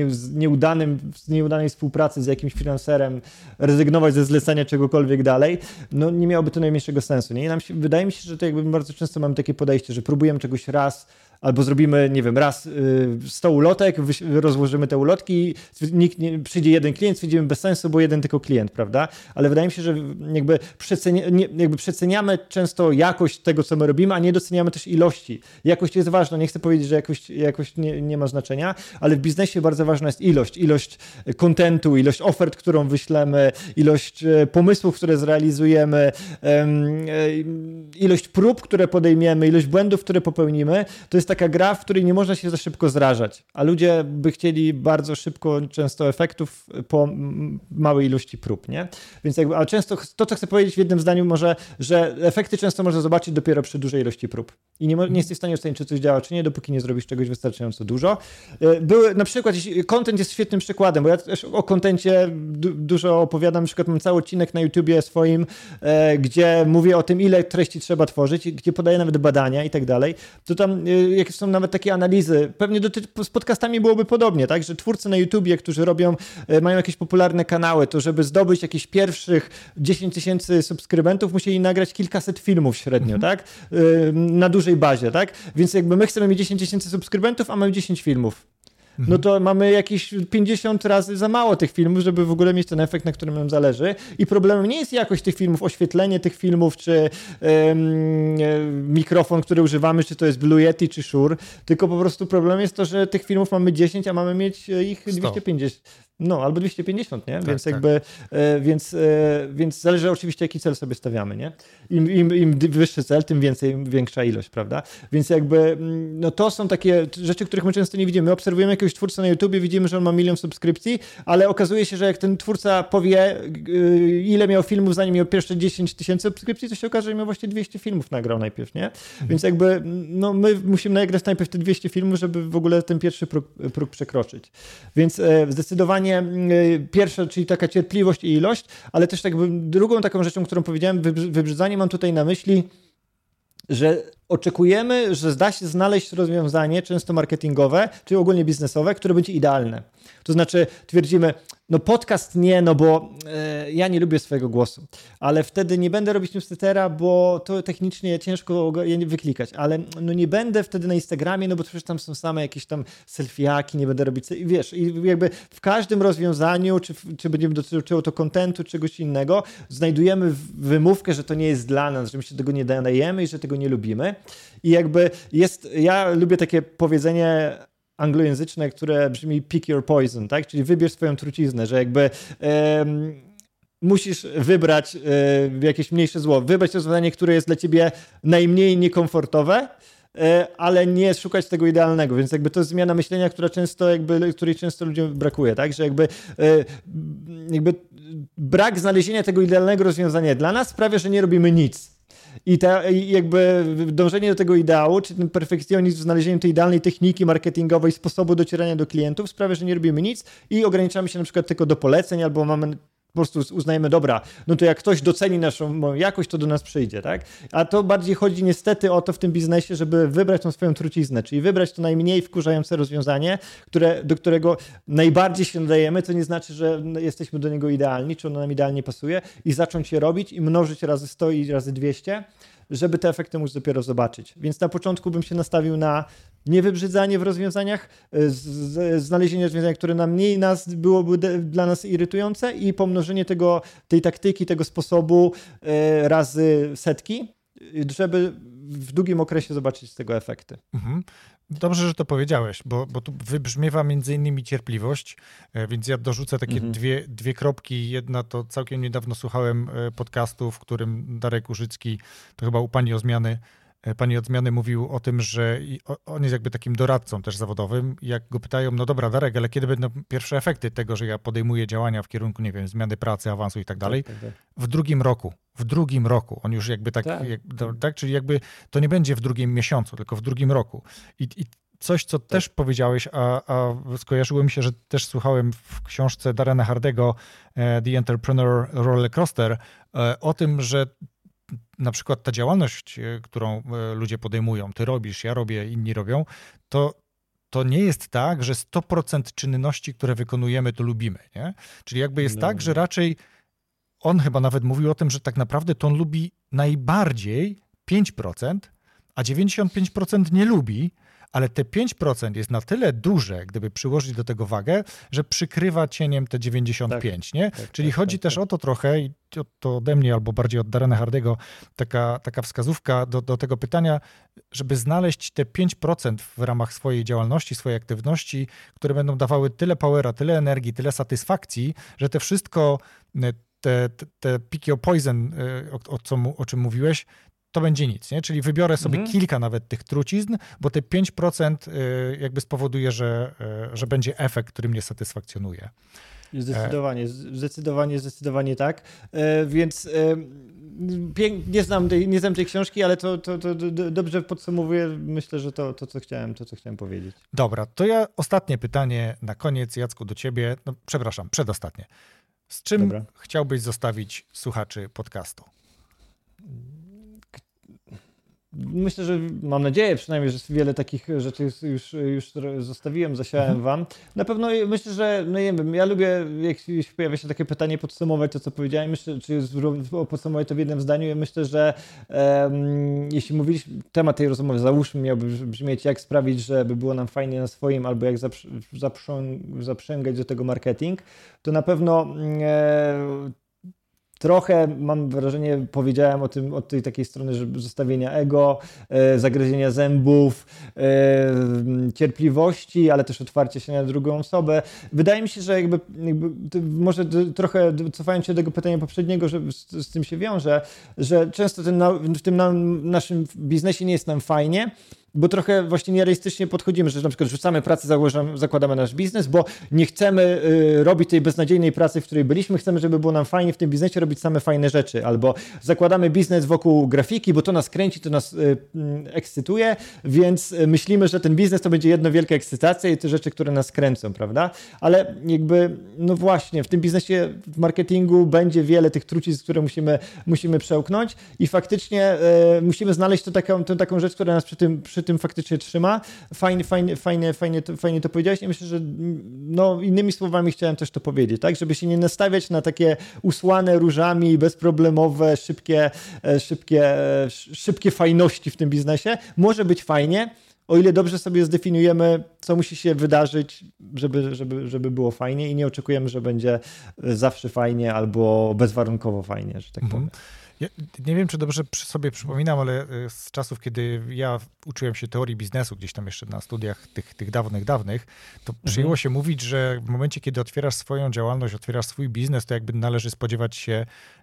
nieudanej współpracy z jakimś freelancerem rezygnować ze zlecenia czegokolwiek dalej, no nie miałoby to najmniejszego sensu, nie? I wydaje mi się, że to jakby bardzo często mamy takie podejście, że próbujemy czegoś raz, Albo zrobimy, nie wiem, raz 100 ulotek, rozłożymy te ulotki, przyjdzie jeden klient, stwierdzimy bez sensu, bo jeden tylko klient, prawda? Ale wydaje mi się, że jakby przeceniamy często jakość tego, co my robimy, a nie doceniamy też ilości. Jakość jest ważna, nie chcę powiedzieć, że jakość nie ma znaczenia, ale w biznesie bardzo ważna jest ilość kontentu, ilość ofert, którą wyślemy, ilość pomysłów, które zrealizujemy, ilość prób, które podejmiemy, ilość błędów, które popełnimy. To jest taka gra, w której nie można się za szybko zrażać, a ludzie by chcieli bardzo szybko często efektów po małej ilości prób, nie? Więc ale często to, co chcę powiedzieć w jednym zdaniu może, że efekty często można zobaczyć dopiero przy dużej ilości prób. I nie jesteś w stanie ocenić, czy coś działa, czy nie, dopóki nie zrobisz czegoś wystarczająco dużo. Na przykład, content jest świetnym przykładem, bo ja też o kontencie dużo opowiadam, na przykład mam cały odcinek na YouTubie swoim, gdzie mówię o tym, ile treści trzeba tworzyć, gdzie podaję nawet badania i tak dalej. To tam jak są nawet takie analizy, pewnie z podcastami byłoby podobnie, tak, że twórcy na YouTubie, którzy mają jakieś popularne kanały, to żeby zdobyć jakieś pierwszych 10 000 subskrybentów, musieli nagrać kilkaset filmów średnio, tak, na dużej bazie, tak, więc jakby my chcemy mieć 10 000 subskrybentów, a mamy 10 filmów. No to mamy jakieś 50 razy za mało tych filmów, żeby w ogóle mieć ten efekt, na którym nam zależy. I problemem nie jest jakość tych filmów, oświetlenie tych filmów, czy mikrofon, który używamy, czy to jest Blue Yeti, czy Shure, tylko po prostu problem jest to, że tych filmów mamy 10, a mamy mieć ich 100. 250. No, albo 250, nie? Tak, więc tak. jakby, więc zależy oczywiście, jaki cel sobie stawiamy, nie? Im wyższy cel, tym większa ilość, prawda? Więc jakby, no to są takie rzeczy, których my często nie widzimy. My obserwujemy jakiegoś twórcę na YouTubie, widzimy, że on ma 1 000 000 subskrypcji, ale okazuje się, że jak ten twórca powie, ile miał filmów, zanim miał pierwsze 10 000 subskrypcji, to się okaże, że miał właśnie 200 filmów nagrał najpierw, nie? Więc jakby, no my musimy nagrać najpierw te 200 filmów, żeby w ogóle ten pierwszy próg przekroczyć. Więc zdecydowanie pierwsza, czyli taka cierpliwość i ilość, ale też jakby drugą taką rzeczą, którą powiedziałem, wybrzydzanie, mam tutaj na myśli, że oczekujemy, że da się znaleźć rozwiązanie, często marketingowe, czy ogólnie biznesowe, które będzie idealne. To znaczy twierdzimy, no podcast nie, no bo ja nie lubię swojego głosu, ale wtedy nie będę robić newslettera, bo to technicznie ciężko wyklikać, ale no nie będę wtedy na Instagramie, no bo przecież tam są same jakieś tam selfiaki, nie będę robić, wiesz, i jakby w każdym rozwiązaniu, czy będziemy dotyczyło to kontentu, czegoś innego, znajdujemy wymówkę, że to nie jest dla nas, że my się tego nie dajemy i że tego nie lubimy. I jakby ja lubię takie powiedzenie anglojęzyczne, które brzmi pick your poison, tak? Czyli wybierz swoją truciznę, że jakby musisz wybrać jakieś mniejsze zło, wybrać rozwiązanie, które jest dla ciebie najmniej niekomfortowe, ale nie szukać tego idealnego, więc jakby to jest zmiana myślenia, której często ludziom brakuje, tak? Że jakby brak znalezienia tego idealnego rozwiązania dla nas sprawia, że nie robimy nic. I jakby dążenie do tego ideału, czy ten perfekcjonizm w znalezieniu tej idealnej techniki marketingowej, sposobu docierania do klientów sprawia, że nie robimy nic i ograniczamy się na przykład tylko do poleceń albo po prostu uznajemy, dobra, no to jak ktoś doceni naszą jakość, to do nas przyjdzie, tak? A to bardziej chodzi niestety o to w tym biznesie, żeby wybrać tą swoją truciznę, czyli wybrać to najmniej wkurzające rozwiązanie, do którego najbardziej się nadajemy, co nie znaczy, że jesteśmy do niego idealni, czy ono nam idealnie pasuje i zacząć je robić i mnożyć razy 100 i razy 200, żeby te efekty móc dopiero zobaczyć. Więc na początku bym się nastawił na niewybrzydzanie w rozwiązaniach, znalezienie rozwiązania, które najmniej byłoby dla nas irytujące i pomnożenie tej taktyki, tego sposobu razy setki, żeby w długim okresie zobaczyć z tego efekty. Mhm. Dobrze, że to powiedziałeś, bo tu wybrzmiewa między innymi cierpliwość, więc ja dorzucę takie dwie kropki. Jedna to całkiem niedawno słuchałem podcastu, w którym Darek Użycki, to chyba u Pani od zmiany mówił o tym, że on jest jakby takim doradcą też zawodowym. Jak go pytają, no dobra Darek, ale kiedy będą pierwsze efekty tego, że ja podejmuję działania w kierunku, nie wiem, zmiany pracy, awansu i tak dalej? Tak. W drugim roku. On już jakby tak, czyli jakby to nie będzie w drugim miesiącu, tylko w drugim roku. I coś, co też powiedziałeś, a skojarzyło mi się, że też słuchałem w książce Darrena Hardego The Entrepreneur Rollercoaster o tym, że na przykład ta działalność, którą ludzie podejmują, ty robisz, ja robię, inni robią, to nie jest tak, że 100% czynności, które wykonujemy, to lubimy, nie? Czyli jakby jest tak, że raczej on chyba nawet mówił o tym, że tak naprawdę to on lubi najbardziej 5%, a 95% nie lubi, ale te 5% jest na tyle duże, gdyby przyłożyć do tego wagę, że przykrywa cieniem te 95, nie? Czyli chodzi też o to trochę, i to ode mnie albo bardziej od Darrena Hardego, taka wskazówka do tego pytania, żeby znaleźć te 5% w ramach swojej działalności, swojej aktywności, które będą dawały tyle powera, tyle energii, tyle satysfakcji, że te wszystko, te picky o poison, o czym mówiłeś, to będzie nic, nie? Czyli wybiorę sobie kilka nawet tych trucizn, bo te 5% jakby spowoduje, że będzie efekt, który mnie satysfakcjonuje. Zdecydowanie tak. Więc nie znam tej książki, ale to dobrze podsumowuje, myślę, że to co chciałem powiedzieć. Dobra, to ja ostatnie pytanie na koniec, Jacku, do ciebie. No, przepraszam, przedostatnie. Z czym chciałbyś zostawić słuchaczy podcastu? Myślę, że mam nadzieję przynajmniej, że wiele takich rzeczy już zostawiłem, zasiałem wam. Na pewno myślę, że no nie wiem, ja lubię, jeśli pojawia się takie pytanie, podsumować to, co powiedziałem, myślę, czy podsumować to w jednym zdaniu. Ja myślę, że jeśli mówiliśmy, temat tej rozmowy, załóżmy, miałby brzmieć, jak sprawić, żeby było nam fajnie na swoim, albo jak zaprzęgać do tego marketing, to na pewno trochę, mam wrażenie, powiedziałem od tej takiej strony, że zostawienia ego, zagryzienia zębów, cierpliwości, ale też otwarcie się na drugą osobę. Wydaje mi się, że jakby może trochę cofając się do tego pytania poprzedniego, że z tym się wiąże, że często w tym naszym biznesie nie jest nam fajnie, bo trochę właśnie nierealistycznie podchodzimy, że na przykład rzucamy pracę, zakładamy nasz biznes, bo nie chcemy robić tej beznadziejnej pracy, w której byliśmy, chcemy, żeby było nam fajnie w tym biznesie robić same fajne rzeczy, albo zakładamy biznes wokół grafiki, bo to nas kręci, to nas ekscytuje, więc myślimy, że ten biznes to będzie jedna wielka ekscytacja i te rzeczy, które nas kręcą, prawda? Ale jakby, no właśnie, w tym biznesie, w marketingu będzie wiele tych trucizn, które musimy przełknąć i faktycznie musimy znaleźć taką rzecz, która nas przy tym faktycznie trzyma. Fajnie to powiedziałeś i myślę, że no, innymi słowami chciałem też to powiedzieć, tak? Żeby się nie nastawiać na takie usłane różami, bezproblemowe, szybkie fajności w tym biznesie. Może być fajnie, o ile dobrze sobie zdefiniujemy, co musi się wydarzyć, żeby było fajnie i nie oczekujemy, że będzie zawsze fajnie albo bezwarunkowo fajnie, że tak powiem. Ja nie wiem, czy dobrze sobie przypominam, ale z czasów, kiedy ja uczyłem się teorii biznesu, gdzieś tam jeszcze na studiach tych dawnych, to przyjęło się mówić, że w momencie, kiedy otwierasz swoją działalność, otwierasz swój biznes, to jakby należy spodziewać się,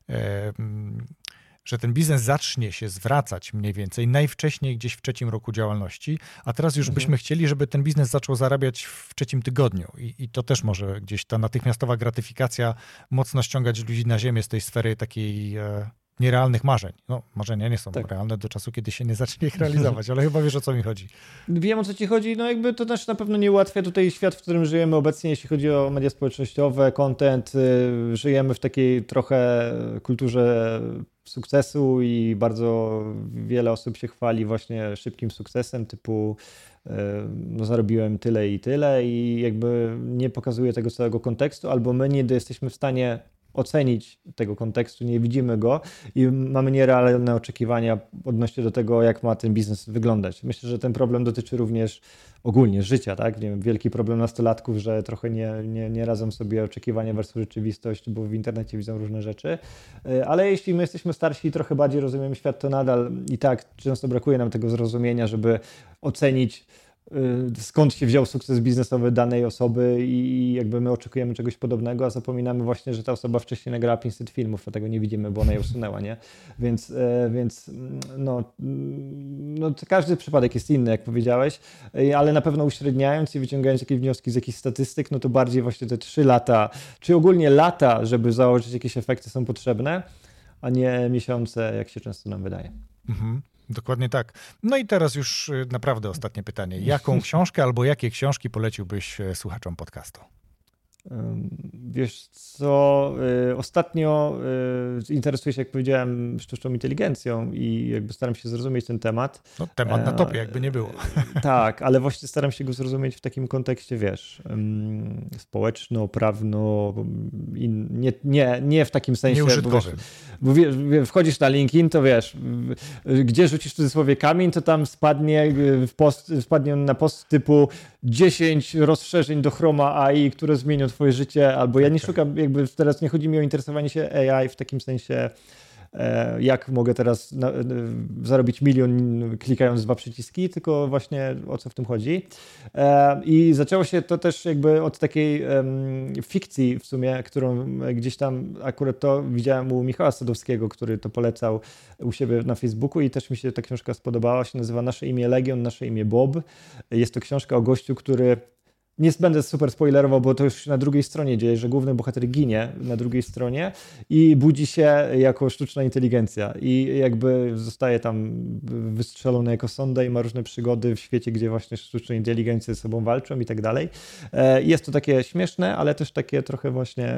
że ten biznes zacznie się zwracać mniej więcej najwcześniej gdzieś w 3. roku działalności, a teraz już byśmy chcieli, żeby ten biznes zaczął zarabiać w 3. tygodniu i to też może gdzieś ta natychmiastowa gratyfikacja mocno ściągać ludzi na ziemię z tej sfery takiej nierealnych marzeń. No, marzenia nie są realne do czasu, kiedy się nie zacznie ich realizować, ale chyba wiesz, o co mi chodzi. Wiem, o co ci chodzi. No jakby to też na pewno nie ułatwia tutaj świat, w którym żyjemy obecnie, jeśli chodzi o media społecznościowe, content. Żyjemy w takiej trochę kulturze sukcesu i bardzo wiele osób się chwali właśnie szybkim sukcesem, typu no zarobiłem tyle i jakby nie pokazuje tego całego kontekstu, albo my nie jesteśmy w stanie ocenić tego kontekstu, nie widzimy go i mamy nierealne oczekiwania odnośnie do tego, jak ma ten biznes wyglądać. Myślę, że ten problem dotyczy również ogólnie życia, tak? Nie wiem, wielki problem nastolatków, że trochę nie radzą sobie oczekiwania versus rzeczywistość, bo w internecie widzą różne rzeczy, ale jeśli my jesteśmy starsi i trochę bardziej rozumiemy świat, to nadal i tak często brakuje nam tego zrozumienia, żeby ocenić, skąd się wziął sukces biznesowy danej osoby i jakby my oczekujemy czegoś podobnego, a zapominamy właśnie, że ta osoba wcześniej nagrała 500 filmów, a tego nie widzimy, bo ona je usunęła, nie? Więc każdy przypadek jest inny, jak powiedziałeś, ale na pewno uśredniając i wyciągając jakieś wnioski z jakichś statystyk, no to bardziej właśnie te 3 lata, czy ogólnie lata, żeby założyć jakieś efekty są potrzebne, a nie miesiące, jak się często nam wydaje. Dokładnie tak. No i teraz już naprawdę ostatnie pytanie. Jaką książkę albo jakie książki poleciłbyś słuchaczom podcastu? Wiesz co, ostatnio interesuję się, jak powiedziałem, sztuczną inteligencją i jakby staram się zrozumieć ten temat. No, temat na topie, jakby nie było. Tak, ale właśnie staram się go zrozumieć w takim kontekście, wiesz, społeczno-prawno, nie w takim sensie. Nieużytkowym. Bo wchodzisz na LinkedIn, to wiesz, gdzie rzucisz w cudzysłowie kamień, to tam spadnie na post typu 10 rozszerzeń do Chroma AI, które zmienią twoje życie, albo ja nie szukam, jakby teraz nie chodzi mi o interesowanie się AI w takim sensie, jak mogę teraz zarobić 1 000 000 klikając 2 przyciski, tylko właśnie o co w tym chodzi. I zaczęło się to też jakby od takiej fikcji w sumie, którą gdzieś tam akurat to widziałem u Michała Sadowskiego, który to polecał u siebie na Facebooku i też mi się ta książka spodobała. Się nazywa Nasze imię Legion, nasze imię Bob. Jest to książka o gościu, który... Nie będę super spoilerował, bo to już na drugiej stronie dzieje, że główny bohater ginie na drugiej stronie i budzi się jako sztuczna inteligencja i jakby zostaje tam wystrzelony jako sonda i ma różne przygody w świecie, gdzie właśnie sztuczne inteligencje ze sobą walczą i tak dalej. Jest to takie śmieszne, ale też takie trochę właśnie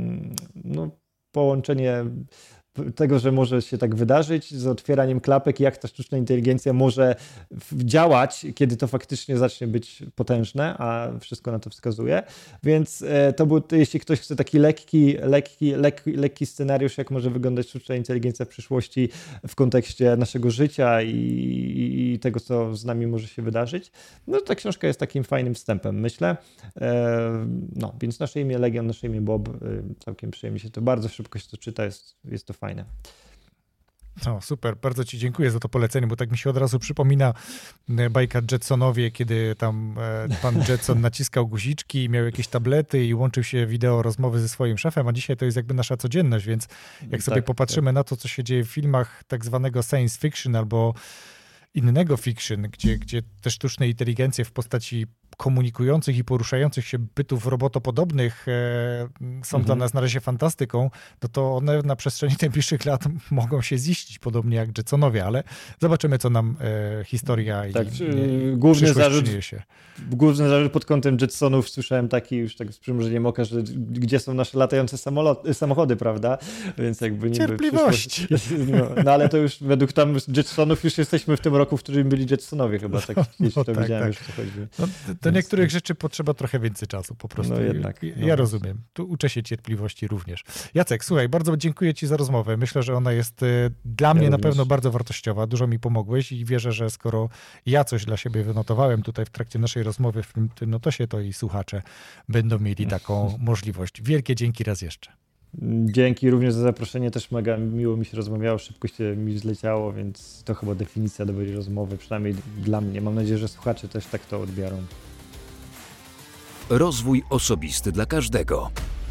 połączenie tego, że może się tak wydarzyć z otwieraniem klapek i jak ta sztuczna inteligencja może działać, kiedy to faktycznie zacznie być potężne, a wszystko na to wskazuje. Więc to był, jeśli ktoś chce taki lekki scenariusz, jak może wyglądać sztuczna inteligencja w przyszłości w kontekście naszego życia i tego, co z nami może się wydarzyć, no to ta książka jest takim fajnym wstępem, myślę. Więc nasze imię Legion, nasze imię Bob, całkiem przyjemnie się to, bardzo szybko się to czyta, jest to fajne. No, super, bardzo ci dziękuję za to polecenie, bo tak mi się od razu przypomina bajka Jetsonowie, kiedy tam pan Jetson naciskał guziczki i miał jakieś tablety i łączył się wideo rozmowy ze swoim szefem, a dzisiaj to jest jakby nasza codzienność, więc jak sobie popatrzymy na to, co się dzieje w filmach tak zwanego science fiction albo innego fiction, gdzie te sztuczne inteligencje w postaci komunikujących i poruszających się bytów robotopodobnych są dla nas na razie fantastyką, to one na przestrzeni najbliższych lat mogą się ziścić, podobnie jak Jetsonowie, ale zobaczymy, co nam historia i główny zarzut przyniesie. Główny zarzut pod kątem Jetsonów słyszałem taki już tak z przymrużeniem oka, że gdzie są nasze latające samochody, prawda? Więc jakby niby cierpliwość. No ale to już według tam Jetsonów już jesteśmy w tym roku, w którym byli Jetsonowie chyba, tak widziałem już, co chodzi. Do niektórych rzeczy potrzeba trochę więcej czasu po prostu. No jednak. Ja rozumiem. Tu uczę się cierpliwości również. Jacek, słuchaj, bardzo dziękuję ci za rozmowę. Myślę, że ona jest dla mnie na pewno bardzo wartościowa. Dużo mi pomogłeś i wierzę, że skoro ja coś dla siebie wynotowałem tutaj w trakcie naszej rozmowy w tym notosie, to i słuchacze będą mieli taką możliwość. Wielkie dzięki raz jeszcze. Dzięki również za zaproszenie, też mega miło mi się rozmawiało, szybko się mi zleciało, więc to chyba definicja dobrej rozmowy, przynajmniej dla mnie. Mam nadzieję, że słuchacze też tak to odbiorą. Rozwój osobisty dla każdego.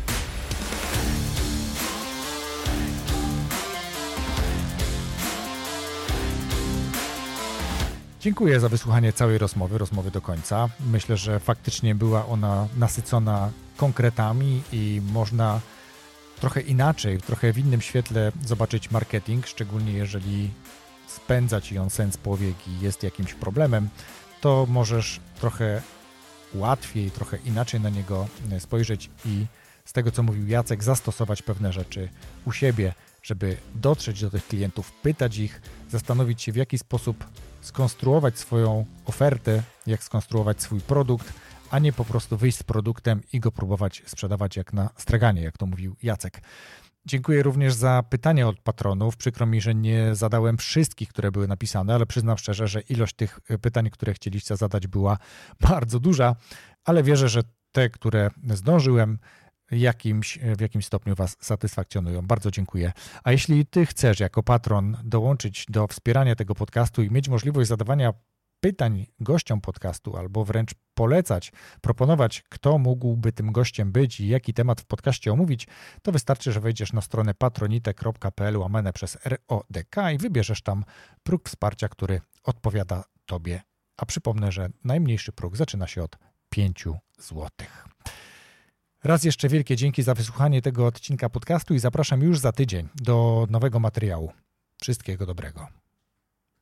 Dziękuję za wysłuchanie całej rozmowy do końca. Myślę, że faktycznie była ona nasycona konkretami i można trochę inaczej, trochę w innym świetle zobaczyć marketing, szczególnie jeżeli spędza ci on sens powiek i jest jakimś problemem, to możesz trochę łatwiej, trochę inaczej na niego spojrzeć i z tego, co mówił Jacek, zastosować pewne rzeczy u siebie, żeby dotrzeć do tych klientów, pytać ich, zastanowić się, w jaki sposób skonstruować swoją ofertę, jak skonstruować swój produkt, a nie po prostu wyjść z produktem i go próbować sprzedawać jak na straganie, jak to mówił Jacek. Dziękuję również za pytania od patronów. Przykro mi, że nie zadałem wszystkich, które były napisane, ale przyznam szczerze, że ilość tych pytań, które chcieliście zadać, była bardzo duża, ale wierzę, że te, które zdążyłem, w jakimś stopniu Was satysfakcjonują. Bardzo dziękuję. A jeśli Ty chcesz jako patron dołączyć do wspierania tego podcastu i mieć możliwość zadawania pytań gościom podcastu albo wręcz polecać, proponować, kto mógłby tym gościem być i jaki temat w podcaście omówić, to wystarczy, że wejdziesz na stronę patronite.pl/RODK i wybierzesz tam próg wsparcia, który odpowiada Tobie. A przypomnę, że najmniejszy próg zaczyna się od 5 zł. Raz jeszcze wielkie dzięki za wysłuchanie tego odcinka podcastu i zapraszam już za tydzień do nowego materiału. Wszystkiego dobrego.